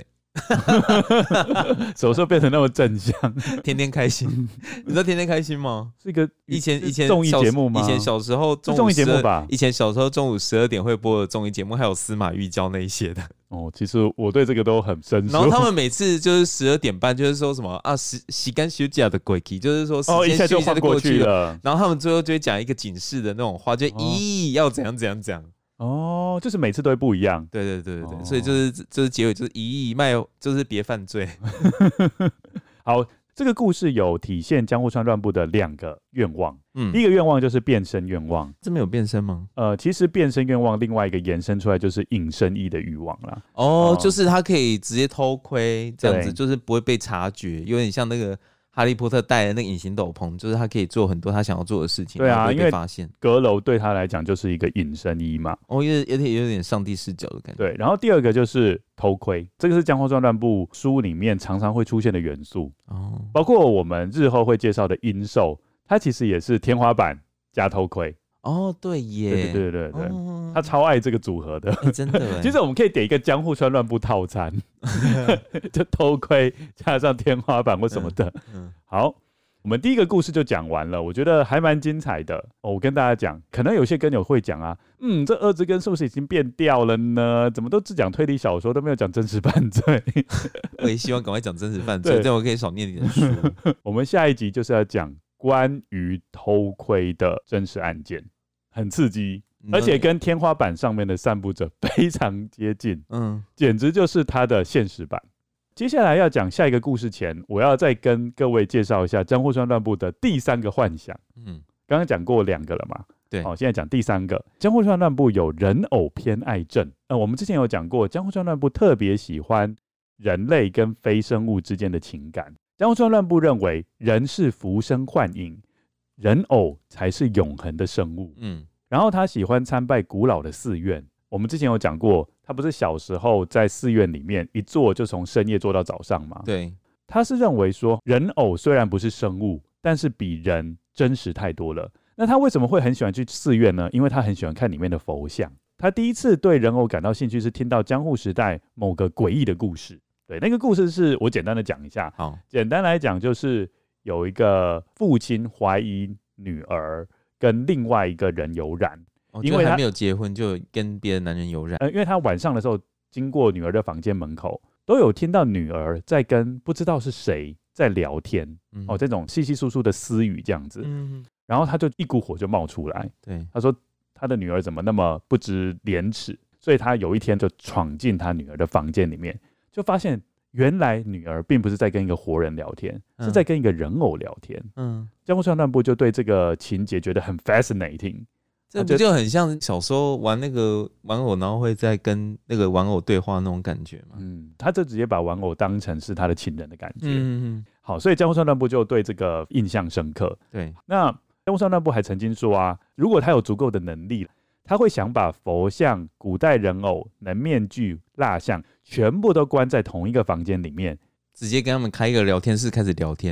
什么时候变成那么正向？ 天天开心，你知道天天开心吗？ 是一个以前综艺节目吗？ 以前小时候综艺节目吧。 以前小时候中午12点会播的综艺节目，还有司马玉娇那一些的。 其实我对这个都很生疏。 然后他们每次就是12点半，就是说什么啊，时间休假的鬼气，就是说时间一下就过去了。然后他们最后就会讲一个警示的那种话，就要怎样怎样讲。 就是每次都会不一样。 对，所以就是结尾就是卖，就是别犯罪。 好，这个故事有体现江户川乱步的2个愿望。第一个愿望就是变身愿望。 这边有变身吗？ 其实变身愿望另外一个延伸出来就是隐身衣的欲望啦。 就是他可以直接偷窥这样子，就是不会被察觉，有点像那个哈利波特戴的那个隐形斗篷，就是他可以做很多他想要做的事情， 对啊， 因为被发现。 阁楼对他来讲就是一个隐身衣嘛， 有点上帝视角的感觉。 对，然后第二个就是偷窥，这个是江户川乱步书里面常常会出现的元素。包括我们日后会介绍的阴兽，它其实也是天花板加偷窥。 对耶， 对，他超爱这个组合的， 真的。 其实我们可以点一个江户川乱步套餐，就偷窥加上天花板或什么的。好，我们第一个故事就讲完了，我觉得还蛮精彩的。我跟大家讲，可能有些跟友会讲啊，这二之根是不是已经变调了呢？怎么都只讲推理小说，都没有讲真实犯罪？ 我也希望赶快讲真实犯罪，这样我可以少念点书。 我们下一集就是要讲关于偷窥的真实案件。很刺激，而且跟天花板上面的散步者非常接近，简直就是它的现实版。接下来要讲下一个故事前，我要再跟各位介绍一下江户川乱步的第3个幻想。刚刚讲过2个了嘛， 对， 现在讲第3个。江户川乱步有人偶偏爱症。我们之前有讲过，江户川乱步特别喜欢人类跟非生物之间的情感。江户川乱步认为人是浮生幻影，人偶才是永恒的生物。然后他喜欢参拜古老的寺院。我们之前有讲过，他不是小时候在寺院里面一坐就从深夜坐到早上吗？ 对， 他是认为说人偶虽然不是生物，但是比人真实太多了。那他为什么会很喜欢去寺院呢？因为他很喜欢看里面的佛像。他第一次对人偶感到兴趣是听到江户时代某个诡异的故事。对，那个故事是我简单的讲一下。 好， 简单来讲就是有一个父亲怀疑女儿跟另外一个人有染， 因为他还没有结婚就跟别的男人有染。 因为他晚上的时候经过女儿的房间门口，都有听到女儿在跟不知道是谁在聊天，这种稀稀疏疏的私语这样子。然后他就一股火就冒出来， 对， 他说他的女儿怎么那么不知廉耻，所以他有一天就闯进他女儿的房间里面，就发现原来女儿并不是在跟一个活人聊天，是在跟一个人偶聊天。江户川乱步就对这个情节觉得很 fascinating。 这不就很像小时候玩那个玩偶，然后会在跟那个玩偶对话那种感觉吗？ 他就直接把玩偶当成是他的情人的感觉。好，所以江户川乱步就对这个印象深刻。 对， 那江户川乱步还曾经说啊，如果他有足够的能力，他会想把佛像、古代人偶、人面具、蜡像全部都关在同一个房间里面， 直接跟他们开一个聊天室开始聊天啊。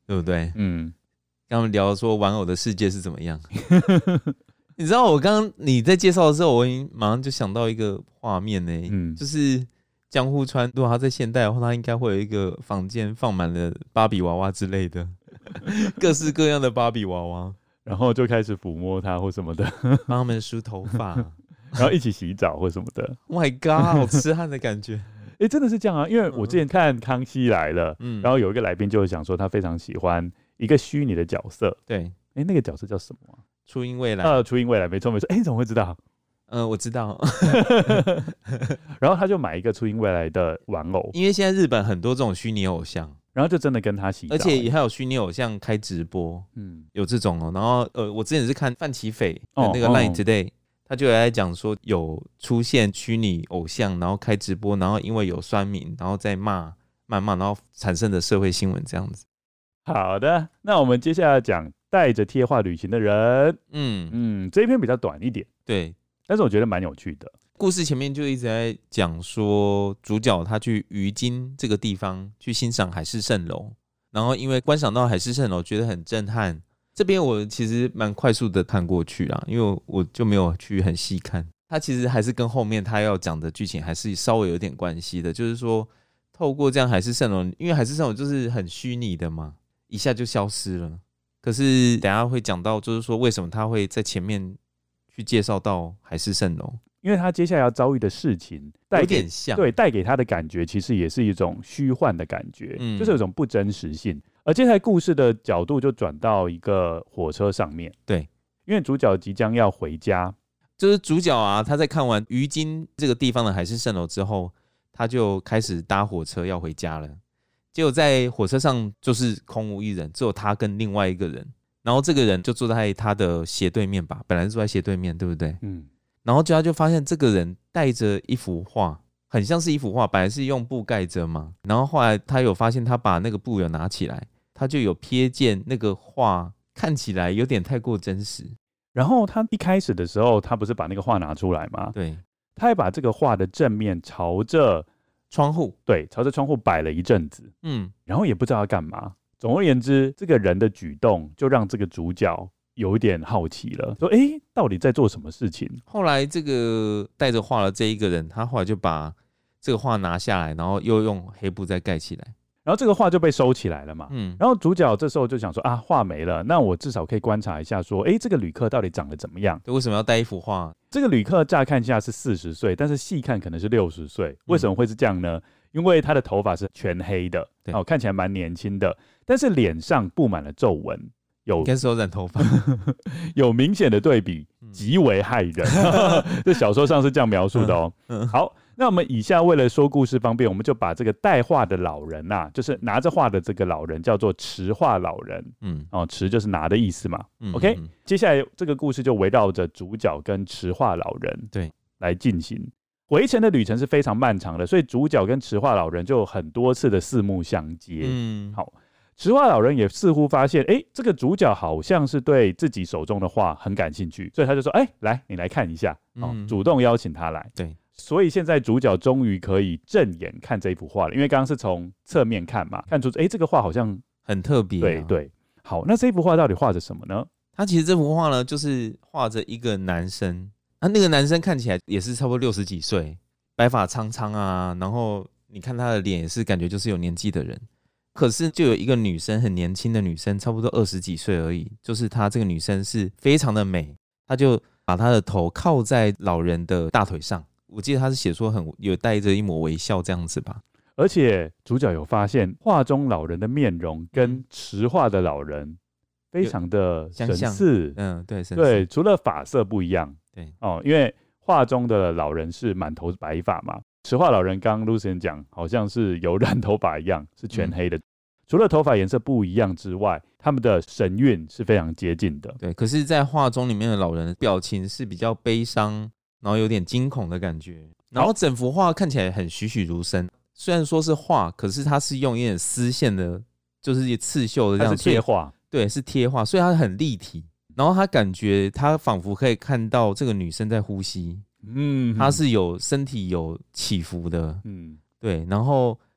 对不对？ 嗯， 跟他们聊说玩偶的世界是怎么样。你知道我刚刚你在介绍的时候，我已经马上就想到一个画面呢，就是江户川如果他在现代的话，他应该会有一个房间放满了芭比娃娃之类的，各式各样的芭比娃娃， 然后就开始抚摸它或什么的， 帮他们梳头发， 然后一起洗澡或什么的。 Oh my god， 好痴汉的感觉。 真的是这样啊！因为我之前看《康熙来了》，然后有一个来宾就想说他非常喜欢一个虚拟的角色， 对， 那个角色叫什么啊？ 初音未来。 初音未来，没错没错。你怎么会知道？ 我知道。 然后他就买一个初音未来的玩偶， 因为现在日本很多这种虚拟偶像， 然后就真的跟他洗澡， 而且也还有虚拟偶像开直播，有这种哦。然后我之前是看范琪斐的那个 Line Today，他就有在讲说有出现虚拟偶像，然后开直播，然后因为有酸民，然后再谩骂，然后产生的社会新闻这样子。 好的，那我们接下来讲带着贴画旅行的人。这一篇比较短一点， 对， 但是我觉得蛮有趣的。 故事前面就一直在讲说，主角他去鱼津这个地方去欣赏海市蜃楼，然后因为观赏到海市蜃楼觉得很震撼。这边我其实蛮快速的看过去啦，因为我就没有去很细看。它其实还是跟后面他要讲的剧情还是稍微有点关系的，就是说透过这样海市蜃楼，因为海市蜃楼就是很虚拟的嘛，一下就消失了。可是等一下会讲到，就是说为什么他会在前面去介绍到海市蜃楼， 因为他接下来要遭遇的事情有点像， 对，带给他的感觉其实也是一种虚幻的感觉，就是有一种不真实性。而接下来故事的角度就转到一个火车上面， 对， 因为主角即将要回家， 就是主角啊，他在看完鱼津这个地方的海市蜃楼之后，他就开始搭火车要回家了。结果在火车上就是空无一人，只有他跟另外一个人，然后这个人就坐在他的斜对面吧，本来是坐在斜对面，对不对？然后他就发现这个人带着一幅画，很像是一幅画，本来是用布盖着嘛，然后后来他有发现他把那个布有拿起来，他就有瞥见那个画看起来有点太过真实。 然后他一开始的时候，他不是把那个画拿出来吗？ 对， 他还把这个画的正面朝着窗户， 对，朝着窗户摆了一阵子，然后也不知道要干嘛。总而言之，这个人的举动就让这个主角有一点好奇了，说：“到底在做什么事情？” 后来这个带着画的这一个人，他后来就把这个画拿下来，然后又用黑布再盖起来。 然后这个画就被收起来了嘛，然后主角这时候就想说画没了，那我至少可以观察一下说，这个旅客到底长得怎么样？ 对，为什么要带一幅画？ 这个旅客乍看下是40岁，但是细看可能是60岁，为什么会是这样呢？因为他的头发是全黑的，看起来蛮年轻的，但是脸上布满了皱纹， 应该是有染头发， 有明显的对比，极为骇人。这小说上是这样描述的哦。好，那我们以下为了说故事方便，我们就把这个带画的老人就是拿着画的这个老人叫做持画老人。持就是拿的意思嘛。OK， 接下来这个故事就围绕着主角跟持画老人对来进行。回程的旅程是非常漫长的，所以主角跟持画老人就有很多次的四目相接。好。持画老人也似乎发现，这个主角好像是对自己手中的画很感兴趣，所以他就说，来，你来看一下，主动邀请他来。 对， 所以现在主角终于可以正眼看这一幅画了，因为刚刚是从侧面看嘛，看出，这个画好像很特别。 对。好，那这幅画到底画着什么呢？ 他其实这幅画呢，就是画着一个男生，那个男生看起来也是差不多60几岁，白发苍苍啊，然后你看他的脸也是感觉就是有年纪的人。可是就有一个女生，很年轻的女生，差不多20几岁而已，就是她这个女生是非常的美，她就把她的头靠在老人的大腿上，我记得她是写说有带着一抹微笑这样子吧。 而且主角有发现画中老人的面容跟持画的老人非常的神似， 对，神似， 对，除了发色不一样， 对因为画中的老人是满头白发嘛，持画老人刚刚 Lucien 讲好像是有染头发一样，是全黑的。除了头发颜色不一样之外，他们的神韵是非常接近的。 对，可是在画中里面的老人的表情是比较悲伤，然后有点惊恐的感觉，然后整幅画看起来很栩栩如生。虽然说是画，可是它是用一点丝线的，就是刺绣的这样， 它是贴画， 对，是贴画，所以它很立体。然后他感觉他仿佛可以看到这个女生在呼吸，她是有身体有起伏的，对，然后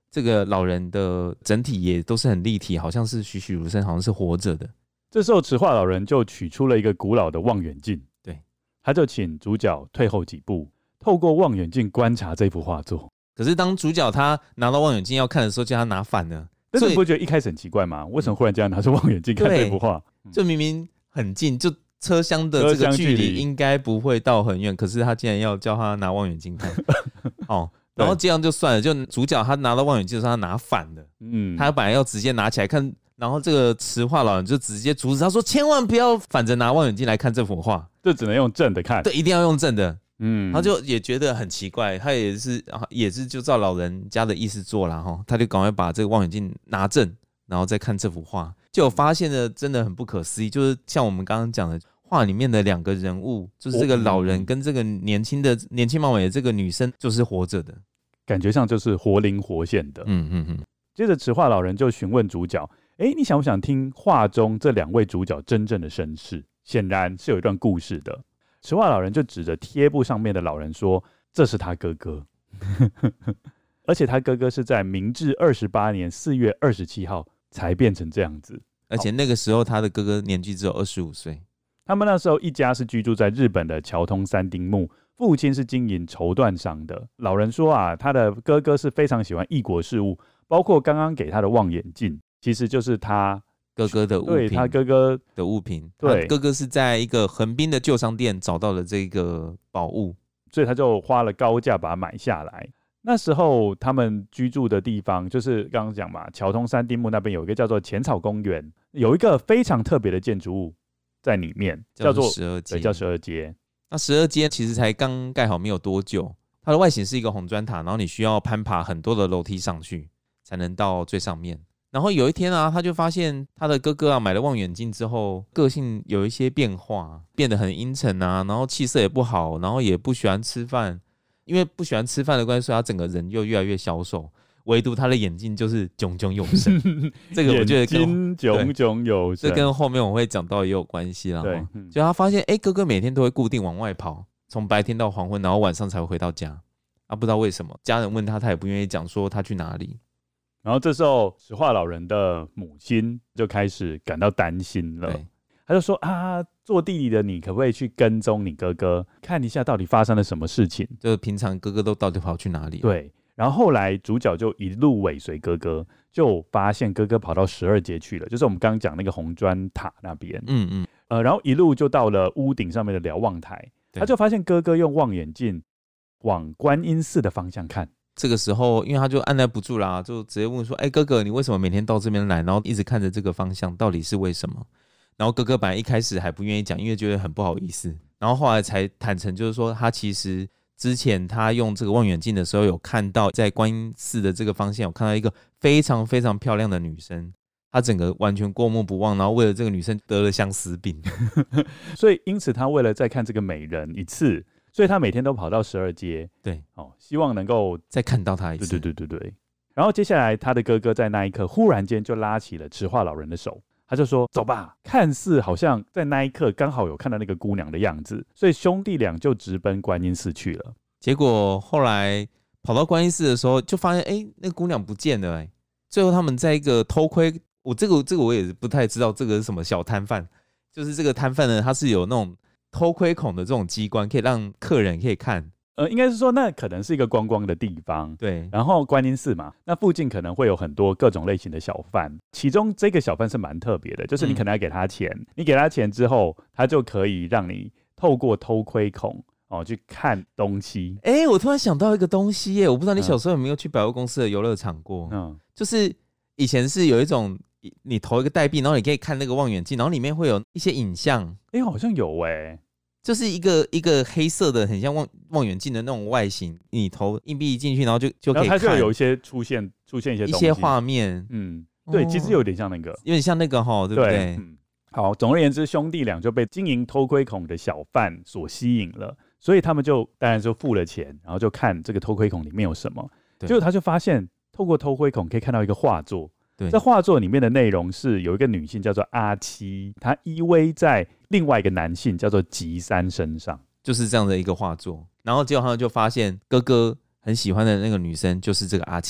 这个老人的整体也都是很立体，好像是栩栩如生，好像是活着的。 这时候池话老人就取出了一个古老的望远镜， 对， 他就请主角退后几步，透过望远镜观察这幅画作。 可是当主角他拿到望远镜要看的时候，叫他拿反了。 但是你不觉得一开始很奇怪吗？为什么忽然这样拿出望远镜看这幅画？ 就明明很近，就车厢的这个距离应该不会到很远，可是他竟然要叫他拿望远镜看。哦，然后这样就算了，就主角他拿到望远镜的时候他拿反了，他本来要直接拿起来看，然后这个池话老人就直接阻止他说，千万不要反着拿望远镜来看这幅画， 就只能用正的看。 对，一定要用正的。他就也觉得很奇怪，他也是就照老人家的意思做啦齁，他就赶快把这个望远镜拿正，然后再看这幅画，就发现了真的很不可思议，就是像我们刚刚讲的，画里面的两个人物，就是这个老人跟这个年轻貌美的这个女生，就是活着的， 感觉上就是活灵活现的。接着池话老人就询问主角，你想不想听画中这两位主角真正的身世？显然是有一段故事的。池话老人就指着贴布上面的老人说，这是他哥哥。而且他哥哥是在明治28年4月27号才变成这样子， 而且那个时候他的哥哥年纪只有25岁。 他们那时候一家是居住在日本的桥通三丁目，父亲是经营绸缎商的。老人说啊，他的哥哥是非常喜欢异国事物，包括刚刚给他的望远镜，其实就是他哥哥的物品， 对，他哥哥的物品， 对， 他哥哥是在一个横滨的旧商店找到了这个宝物， 所以他就花了高价把它买下来。那时候他们居住的地方就是刚刚讲嘛，桥通三丁目那边有一个叫做浅草公园，有一个非常特别的建筑物在里面，叫做 12街， 对，叫12街。 那12街其实才刚盖好没有多久，它的外形是一个红砖塔，然后你需要攀爬很多的楼梯上去才能到最上面。然后有一天啊，他就发现他的哥哥啊买了望远镜之后，个性有一些变化，变得很阴沉啊，然后气色也不好，然后也不喜欢吃饭，因为不喜欢吃饭的关系，所以他整个人又越来越消瘦，唯独他的眼睛就是炯炯有神。这个我觉得跟眼睛炯炯有神， 这跟后面我会讲到也有关系啦。 对， 就他发现哥哥每天都会固定往外跑，从白天到黄昏，然后晚上才会回到家。不知道为什么，家人问他，他也不愿意讲说他去哪里。 然后这时候石化老人的母亲就开始感到担心了，他就说啊，做弟弟的你可不可以去跟踪你哥哥，看一下到底发生了什么事情， 就是平常哥哥都到底跑去哪里。 对，然后后来主角就一路尾随哥哥，就发现哥哥跑到12街去了，就是我们刚刚讲那个红砖塔那边。然后一路就到了屋顶上面的瞭望台，他就发现哥哥用望远镜往观音寺的方向看。 这个时候因为他就按捺不住啦，就直接问说，哥哥你为什么每天到这边来，然后一直看着这个方向，到底是为什么？然后哥哥本来一开始还不愿意讲，因为觉得很不好意思，然后后来才坦诚，就是说他其实之前他用这个望远镜的时候有看到在观音寺的这个方向有看到一个非常非常漂亮的女生，他整个完全过目不忘，然后为了这个女生得了相思病。 所以因此他为了再看这个美人一次，所以他每天都跑到12街， 对， 希望能够再看到他一次。 对。然后接下来他的哥哥在那一刻忽然间就拉起了池话老人的手，他就说走吧，看似好像在那一刻刚好有看到那个姑娘的样子，所以兄弟俩就直奔观音寺去了。 结果后来跑到观音寺的时候就发现那个姑娘不见了。最后他们在一个偷窥，这个我也不太知道这个是什么小摊贩，就是这个摊贩呢他是有那种偷窥孔的这种机关，可以让客人可以看。 应该是说那可能是一个观光的地方， 对。 然后观音寺嘛，那附近可能会有很多各种类型的小贩，其中这个小贩是蛮特别的，就是你可能要给他钱，你给他钱之后，他就可以让你透过偷窥孔去看东西。 我突然想到一个东西耶，我不知道你小时候有没有去百货公司的游乐场过？就是以前是有一种你投一个代币，然后你可以看那个望远镜，然后里面会有一些影像。 好像有就是一个黑色的很像望远镜的那种外形，你投硬币进去，然后就可以看， 然后它就有一些出现一些画面。 对，其实有点像那个， 有点像那个对不对？ 好，总而言之，兄弟俩就被经营偷窥孔的小贩所吸引了，所以他们就当然就付了钱，然后就看这个偷窥孔里面有什么。结果他就发现，透过偷窥孔可以看到一个画作。在画作里面的内容是有一个女性叫做阿七，她依偎在另外一个男性叫做吉三身上， 就是这样的一个画作。然后结果他们就发现哥哥很喜欢的那个女生就是这个阿七。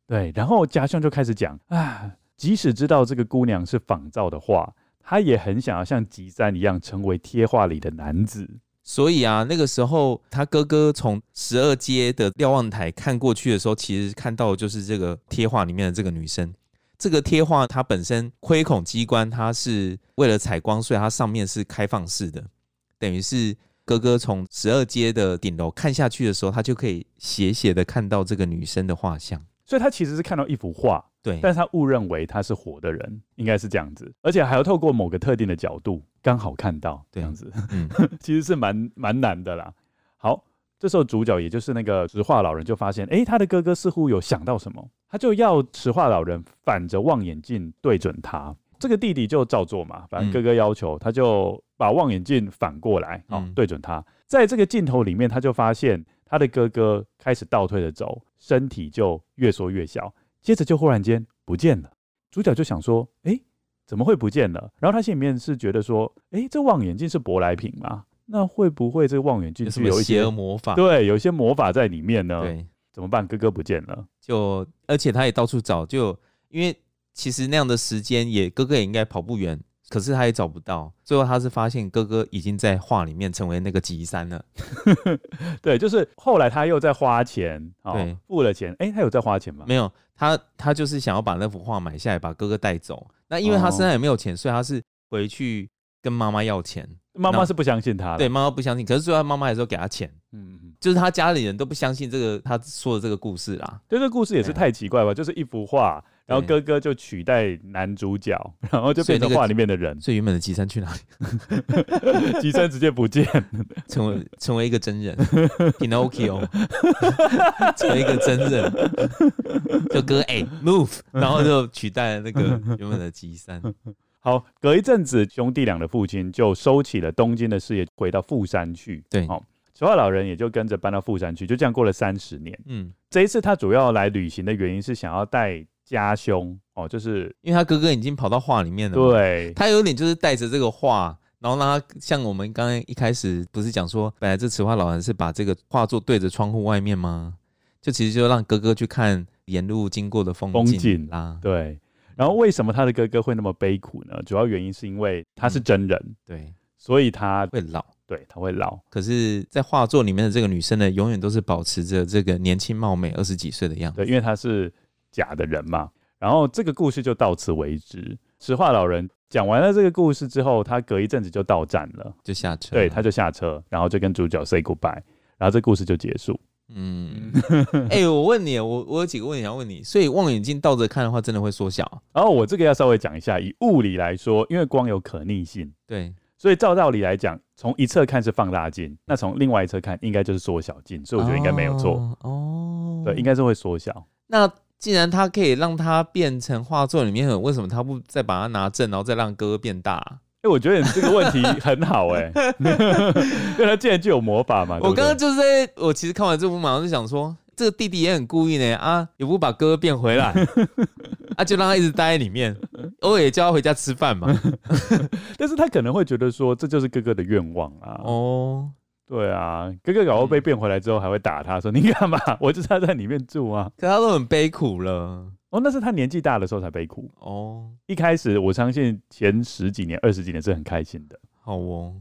对，然后家兄就开始讲即使知道这个姑娘是仿造的画，他也很想要像吉三一样成为贴画里的男子。 所以啊，那个时候他哥哥从12街的瞭望台看过去的时候，其实看到的就是这个贴画里面的这个女生。这个贴画它本身窥孔机关，它是为了采光，所以它上面是开放式的，等于是哥哥从12街的顶楼看下去的时候，他就可以斜斜的看到这个女生的画像。 所以他其实是看到一幅画， 对， 但是他误认为他是活的人，应该是这样子，而且还要透过某个特定的角度刚好看到这样子，其实是蛮难的啦。好，这时候主角也就是那个石化老人就发现，他的哥哥似乎有想到什么，他就要石化老人反着望远镜对准他。这个弟弟就照做嘛，反正哥哥要求，他就把望远镜反过来，对准他。在这个镜头里面，他就发现他的哥哥开始倒退的走，身体就越缩越小，接着就忽然间不见了。主角就想说，怎么会不见了？然后他心里面是觉得说，这望远镜是舶来品嘛？那会不会这个望远镜是有一些邪恶魔法？ 对，有一些魔法在里面呢？ 对， 怎么办？哥哥不见了， 而且他也到处找，因为其实那样的时间哥哥也应该跑不远，可是他也找不到。最后他是发现哥哥已经在画里面成为那个吉三了。 对，就是后来他又在花钱， 对， 付了钱。他有在花钱吗？ 没有，他就是想要把那幅画买下来，把哥哥带走。那因为他身上也没有钱，所以他是回去跟妈妈要钱。 妈妈是不相信他的， 对，妈妈不相信，可是最后妈妈还是要给他钱。就是他家里人都不相信这个他说的这个故事啦。 对，这个故事也是太奇怪吧？就是一幅画，然后哥哥就取代男主角，然后就变成画里面的人。 所以原本的吉三去哪里？ 吉三直接不见， 成为一个真人 ，Pinocchio， 成为一个真人，就哥move， 然后就取代了那个原本的吉三。 好，隔一阵子，兄弟俩的父亲就收起了东京的事业，回到富山去。 对， 石化老人也就跟着搬到富山去，就这样过了30年。这一次他主要来旅行的原因是想要带家兄，就是因为他哥哥已经跑到画里面了。 对， 他有点就是带着这个画，然后让他像我们刚刚一开始不是讲说，本来这石化老人是把这个画作对着窗户外面吗？就其实就让哥哥去看沿路经过的风景啦。 对。然后为什么他的哥哥会那么悲苦呢？主要原因是因为他是真人， 对， 所以他会老， 对，他会老。 可是，在画作里面的这个女生呢，永远都是保持着这个年轻貌美、20几岁的样子。 对，因为她是假的人嘛。然后这个故事就到此为止。石化老人讲完了这个故事之后，他隔一阵子就到站了， 就下车。 对，他就下车，然后就跟主角 say goodbye， 然后这故事就结束。 我问你，我有几个问题想问你。所以望远镜倒着看的话，真的会缩小？ 然后我这个要稍微讲一下，以物理来说，因为光有可逆性， 对， 所以照道理来讲，从一侧看是放大镜，那从另外一侧看应该就是缩小镜，所以我觉得应该没有错。对，应该是会缩小。 那既然他可以让它变成画作里面，为什么他不再把它拿正，然后再让哥哥变大？ 我觉得你这个问题很好因为他既然具有魔法嘛。 我刚刚就是我其实看完这部马上就想说，这个弟弟也很故意呢也不把哥哥变回来就让他一直待在里面，偶尔也叫他回家吃饭嘛。 但是他可能会觉得说，这就是哥哥的愿望啊。对啊，哥哥搞不好被变回来之后还会打他说，你干嘛？我就是要在里面住啊。 可他都很悲苦了。 那是他年纪大的时候才悲苦。一开始我相信前10几年、20几年是很开心的。 好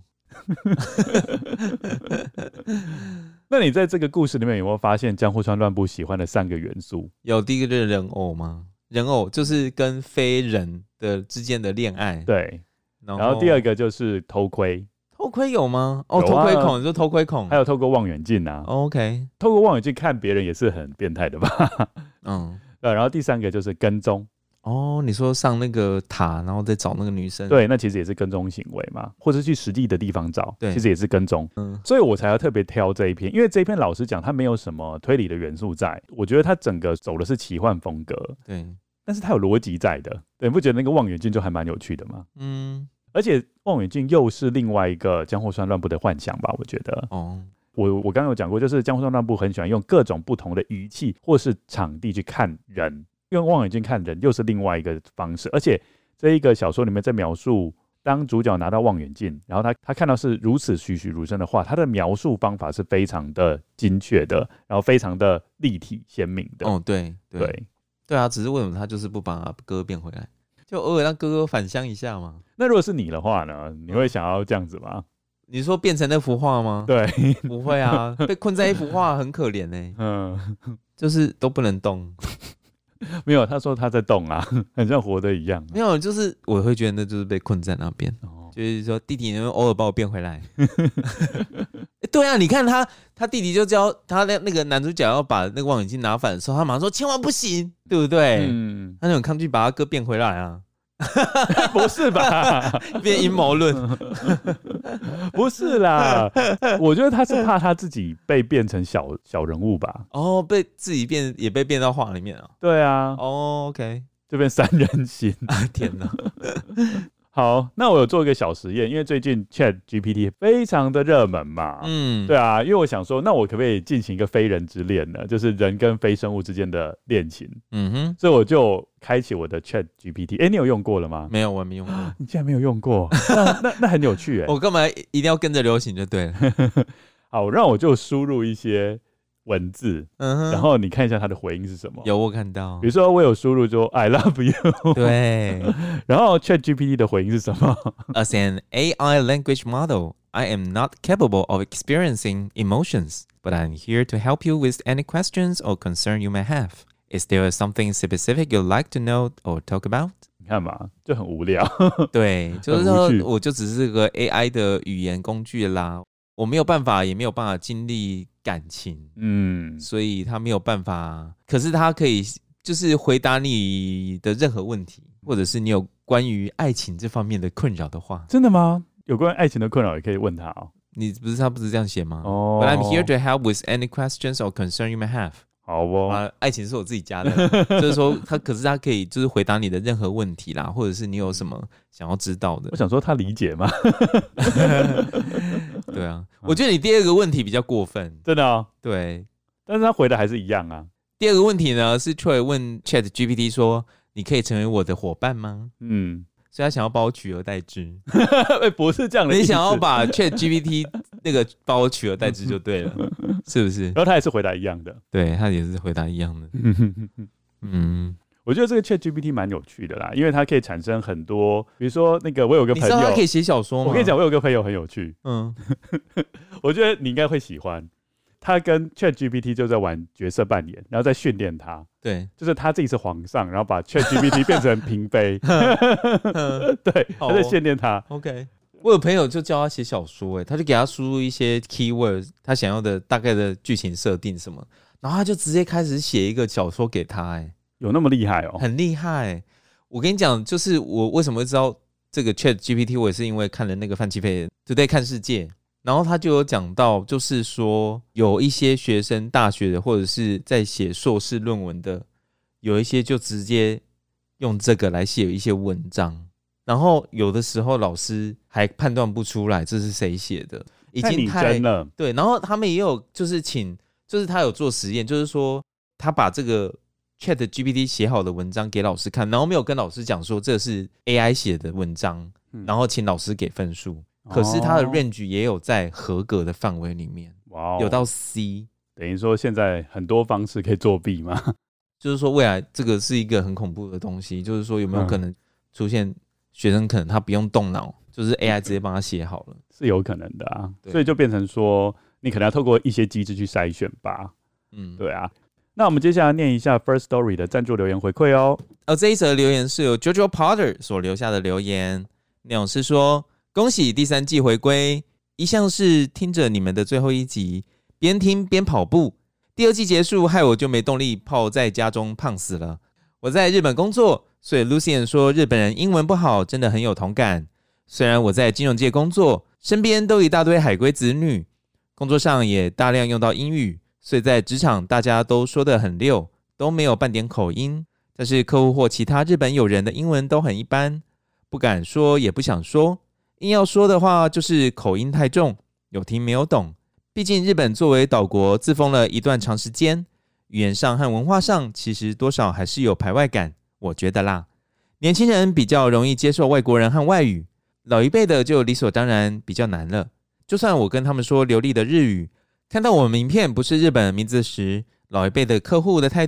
那你在这个故事里面有没有发现江户川乱步喜欢的3个元素？ 有，第一个就是人偶吗？人偶就是跟非人的之间的恋爱。 对。然后第二个就是偷窥。 偷窥有吗？偷窥孔，你说偷窥孔， 还有透过望远镜啊。 OK， 透过望远镜看别人也是很变态的吧？然后第3个就是跟踪。 你说上那个塔，然后再找那个女生， 对，那其实也是跟踪行为嘛，或者去实地的地方找， 对， 其实也是跟踪。所以我才要特别挑这一篇，因为这一篇老实讲，它没有什么推理的元素在，我觉得它整个走的是奇幻风格， 对， 但是它有逻辑在的，对，你不觉得那个望远镜就还蛮有趣的吗？而且望远镜又是另外一个江户川乱步的幻想吧，我觉得。我刚刚有讲过，就是江户川乱步很喜欢用各种不同的仪器或是场地去看人，用望远镜看人又是另外一个方式。而且这一个小说里面在描述，当主角拿到望远镜，然后他看到是如此栩栩如生的画，他的描述方法是非常的精确的，然后非常的立体鲜明的。 对。 对啊，只是为什么他就是不把哥哥变回来，就偶尔让哥哥返乡一下嘛。 那如果是你的话呢？你会想要这样子吗？ 你说变成那幅画吗？ 对， 不会啊，被困在一幅画很可怜就是都不能动。 没有，他说他在动啊，很像活的一样。 没有，就是我会觉得那就是被困在那边。就是说弟弟能不能偶尔把我变回来？对啊，你看他弟弟就教他那个男主角要把那个望远镜拿反的时候，他马上说千万不行，对不对？他就很抗拒把他哥变回来啊。 不是吧？ 变阴谋论？ 不是啦，我觉得他是怕他自己被变成小人物吧。 哦，被自己也被变到画里面啊。 对啊。 哦 ，OK， 就变三人行。 天哪！ 好，那我有做一个小实验，因为最近 ChatGPT 非常的热门嘛，对啊，因为我想说，那我可不可以进行一个非人之恋呢？就是人跟非生物之间的恋情。所以我就开启我的 ChatGPT。你有用过了吗？ 没有，我没用过。 你竟然没有用过？那很有趣我干嘛一定要跟着流行就对了？ 好，让我就输入一些文字，然后你看一下他的回应是什么。 有，我看到， 比如说我有输入说 I love you， 对， 然后 ChatGPT 的回应是什么？ As an AI language model, I am not capable of experiencing emotions, but I'm here to help you with any questions or concern you may have. Is there something specific you'd like to know or talk about? 你看嘛，就很无聊。 对，就是说我就只是个 AI 的语言工具啦，我没有办法，也没有办法经历感情，所以他没有办法，可是他可以就是回答你的任何问题，或者是你有关于爱情这方面的困扰的话。 真的吗？有关于爱情的困扰也可以问他哦。 他不是这样写吗？But I'm here to help with any questions or concern you may have. 好哦， 爱情是我自己加的，就是说可是他可以就是回答你的任何问题啦，或者是你有什么想要知道的。 我想说他理解吗？ 对啊，我觉得你第二个问题比较过分， 真的哦。 对， 但是他回的还是一样啊。 第二个问题呢是 Troy 问 ChatGPT 说：“你可以成为我的伙伴吗？”所以他想要把我取而代之。 不是这样的意思。 你想要把 ChatGPT 那个把我取而代之就对了，是不是？ 然后他也是回答一样的。 对，他也是回答一样的。 我觉得这个 ChatGPT 蛮有趣的啦，因为它可以产生很多，比如说那个我有个朋友， 你知道他可以写小说吗？ 我跟你讲，我有个朋友很有趣，我觉得你应该会喜欢。他跟 ChatGPT 就在玩角色扮演，然后再训练他。对，就是他自己是皇上，然后把 ChatGPT 变成嫔妃。对，他在训练他。 OK， 我有朋友就教他写小说，他就给他输入一些 keyword， 他想要的大概的剧情设定什么，然后他就直接开始写一个小说给他。 有那么厉害哦？ 很厉害。我跟你讲，就是我为什么会知道这个 ChatGPT， 我也是因为看了那个范琪斐 Today 看世界。然后他就有讲到，就是说有一些学生大学的或者是在写硕士论文的，有一些就直接用这个来写一些文章，然后有的时候老师还判断不出来这是谁写的，已经太真了。 对，然后他们也有就是就是他有做实验，就是说他把这个 ChatGPT 写好的文章给老师看，然后没有跟老师讲说这是 AI 写的文章，然后请老师给分数。可是他的 range 也有在合格的范围里面，有到 C。 等于说现在很多方式可以作弊吗？ 就是说未来这个是一个很恐怖的东西，就是说有没有可能出现学生可能他不用动脑，就是 AI 直接帮他写好了， 是有可能的啊。所以就变成说你可能要透过一些机制去筛选吧。对啊。那我们接下来念一下 First Story 的赞助留言回馈哦。 这一则留言是由 Jojo Potter 所留下的留言，内容是说。恭喜第3季回归，一向是听着你们的最后一集，边听边跑步。第2季结束，害我就没动力泡在家中胖死了。我在日本工作，所以 Lucian 说日本人英文不好，真的很有同感。虽然我在金融界工作，身边都一大堆海归子女，工作上也大量用到英语，所以在职场大家都说得很溜，都没有半点口音。但是客户或其他日本友人的英文都很一般，不敢说也不想说。硬要说的话，就是口音太重，有听没有懂。毕竟日本作为岛国自封了一段长时间，语言上和文化上其实多少还是有排外感，我觉得啦。年轻人比较容易接受外国人和外语，老一辈的就理所当然比较难了。就算我跟他们说流利的日语，看到我名片不是日本名字时，老一辈的客户的态度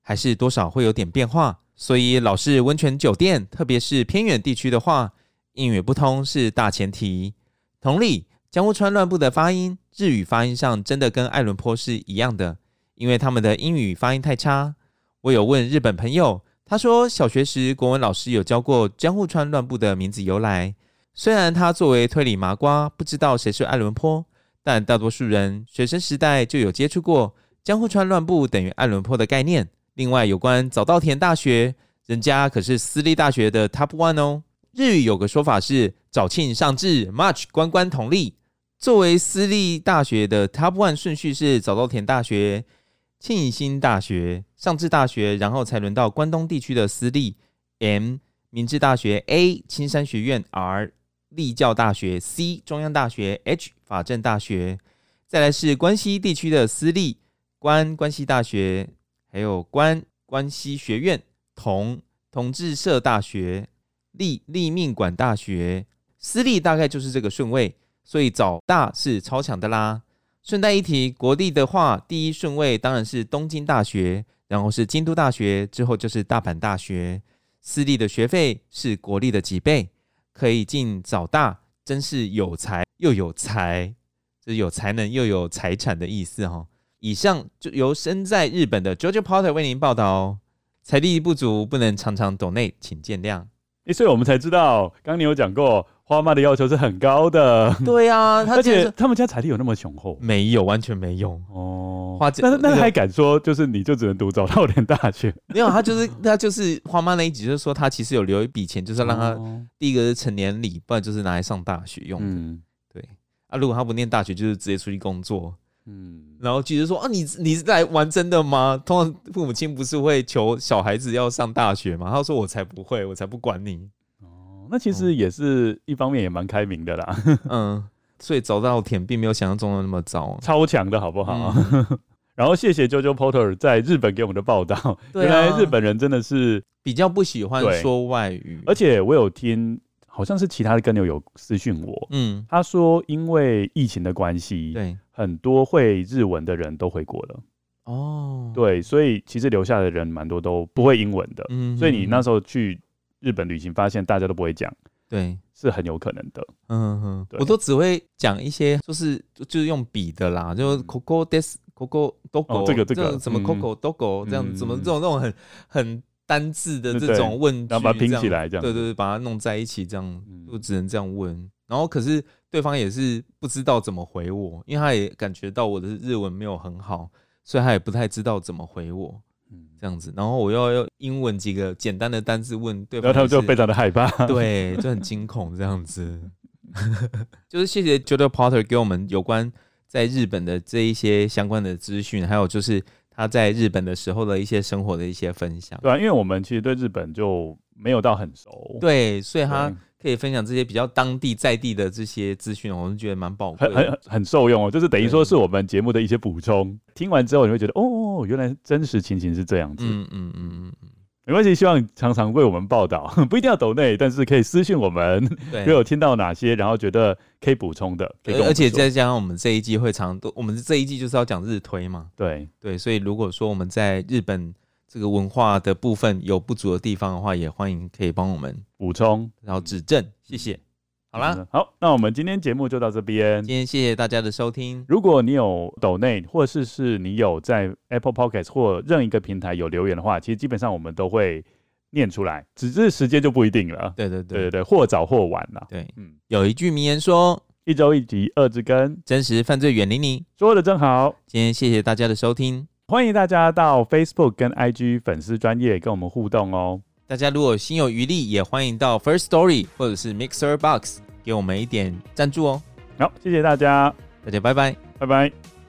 还是多少会有点变化，所以老式温泉酒店，特别是偏远地区的话，英语不通是大前提。同理，江户川乱步的发音，日语发音上真的跟爱伦坡是一样的，因为他们的英语发音太差。我有问日本朋友，他说小学时国文老师有教过江户川乱步的名字由来，虽然他作为推理麻瓜不知道谁是爱伦坡，但大多数人学生时代就有接触过江户川乱步等于爱伦坡的概念。另外有关早稻田大学，人家可是私立大学的 Top 1 哦。日语有个说法是早庆上至 March 关关同立，作为私立大学的 Top 1顺序是早稻田大学、庆兴大学、上智大学，然后才轮到关东地区的私立 M、明治大学 A、青山学院 R、立教大学 C、中央大学 H、法政大学，再来是关西地区的私立关西大学，还有关西学院、同志社大学、立命馆大学。私立大概就是这个顺位，所以早大是超强的啦。顺带一提，国立的话，第一顺位当然是东京大学，然后是京都大学，之后就是大阪大学。私立的学费是国立的几倍，可以进早大，真是有才又有才，这有才能又有财产的意思哦。以上就由身在日本的 Jojo Potter 为您报道哦。财力不足，不能常常donate，请见谅。 所以我们才知道，刚刚你有讲过，花妈的要求是很高的。 对啊， 而且他们家财力有那么雄厚？ 没有，完全没有哦。 那还敢说，就是你就只能读早稻田大学？ 没有，他就是花妈那一集，就是说他其实有留一笔钱，就是让他第一个是成年礼，不然就是拿来上大学用的。对啊，如果他不念大学，就是直接出去工作。然后记者说啊，你是来玩真的吗？通常父母亲不是会求小孩子要上大学吗？他说我才不会，我才不管你。 那其实也是一方面也蛮开明的啦。 所以早稻田并没有想象中的那么糟， 超强的好不好？然后谢谢 Jojo Potter 在日本给我们的报道。原来日本人真的是比较不喜欢说外语， 而且我有听。好像是其他的跟友有私讯我，他说因为疫情的关系，对，很多会日文的人都回国了。哦，对，所以其实留下的人蛮多都不会英文的，所以你那时候去日本旅行，发现大家都不会讲，对，是很有可能的。 我都只会讲一些，就是用笔的啦，就 Coco des、Coco Dogo， 这个什么 Coco Dogo 这样，怎么这种很单字的这种问句， 然后把它拼起来，这样对，把它弄在一起，这样就只能这样问。然后可是对方也是不知道怎么回我，因为他也感觉到我的日文没有很好，所以他也不太知道怎么回我，这样子。然后我要用英文几个简单的单字问对方， 然后他们就非常的害怕， 对，就很惊恐这样子。就是谢谢 Jojo Potter 给我们有关在日本的这一些相关的资讯，还有就是他在日本的时候的一些生活的一些分享。 对啊，因为我们其实对日本就没有到很熟， 对，所以他可以分享这些比较当地在地的这些资讯，我们觉得蛮宝贵的， 很受用哦。就是等于说是我们节目的一些补充。听完之后你会觉得哦，原来真实情形是这样子。没关系，希望常常为我们报道，不一定要抖内，但是可以私讯我们，如果有听到哪些，然后觉得可以补充的，可以跟我们说。而且再加上我们这一季会我们这一季就是要讲日推嘛，对，所以如果说我们在日本这个文化的部分有不足的地方的话，也欢迎可以帮我们补充， 然后指正，谢谢。好啦， 好，那我们今天节目就到这边。 今天谢谢大家的收听。 如果你有抖内，或是你有在 Apple Podcast 或任一个平台有留言的话，其实基本上我们都会念出来，只是时间就不一定了。对，或早或晚啦。 对，有一句名言说： 一周一集，2之根， 真实犯罪远离你。 说的真好。 今天谢谢大家的收听， 欢迎大家到 Facebook 跟 IG 粉丝专页跟我们互动哦。 大家如果心有余力，也欢迎到 First Story 或者是 Mixer Box 给我们一点赞助哦。 好，谢谢大家， 大家拜拜， 拜拜。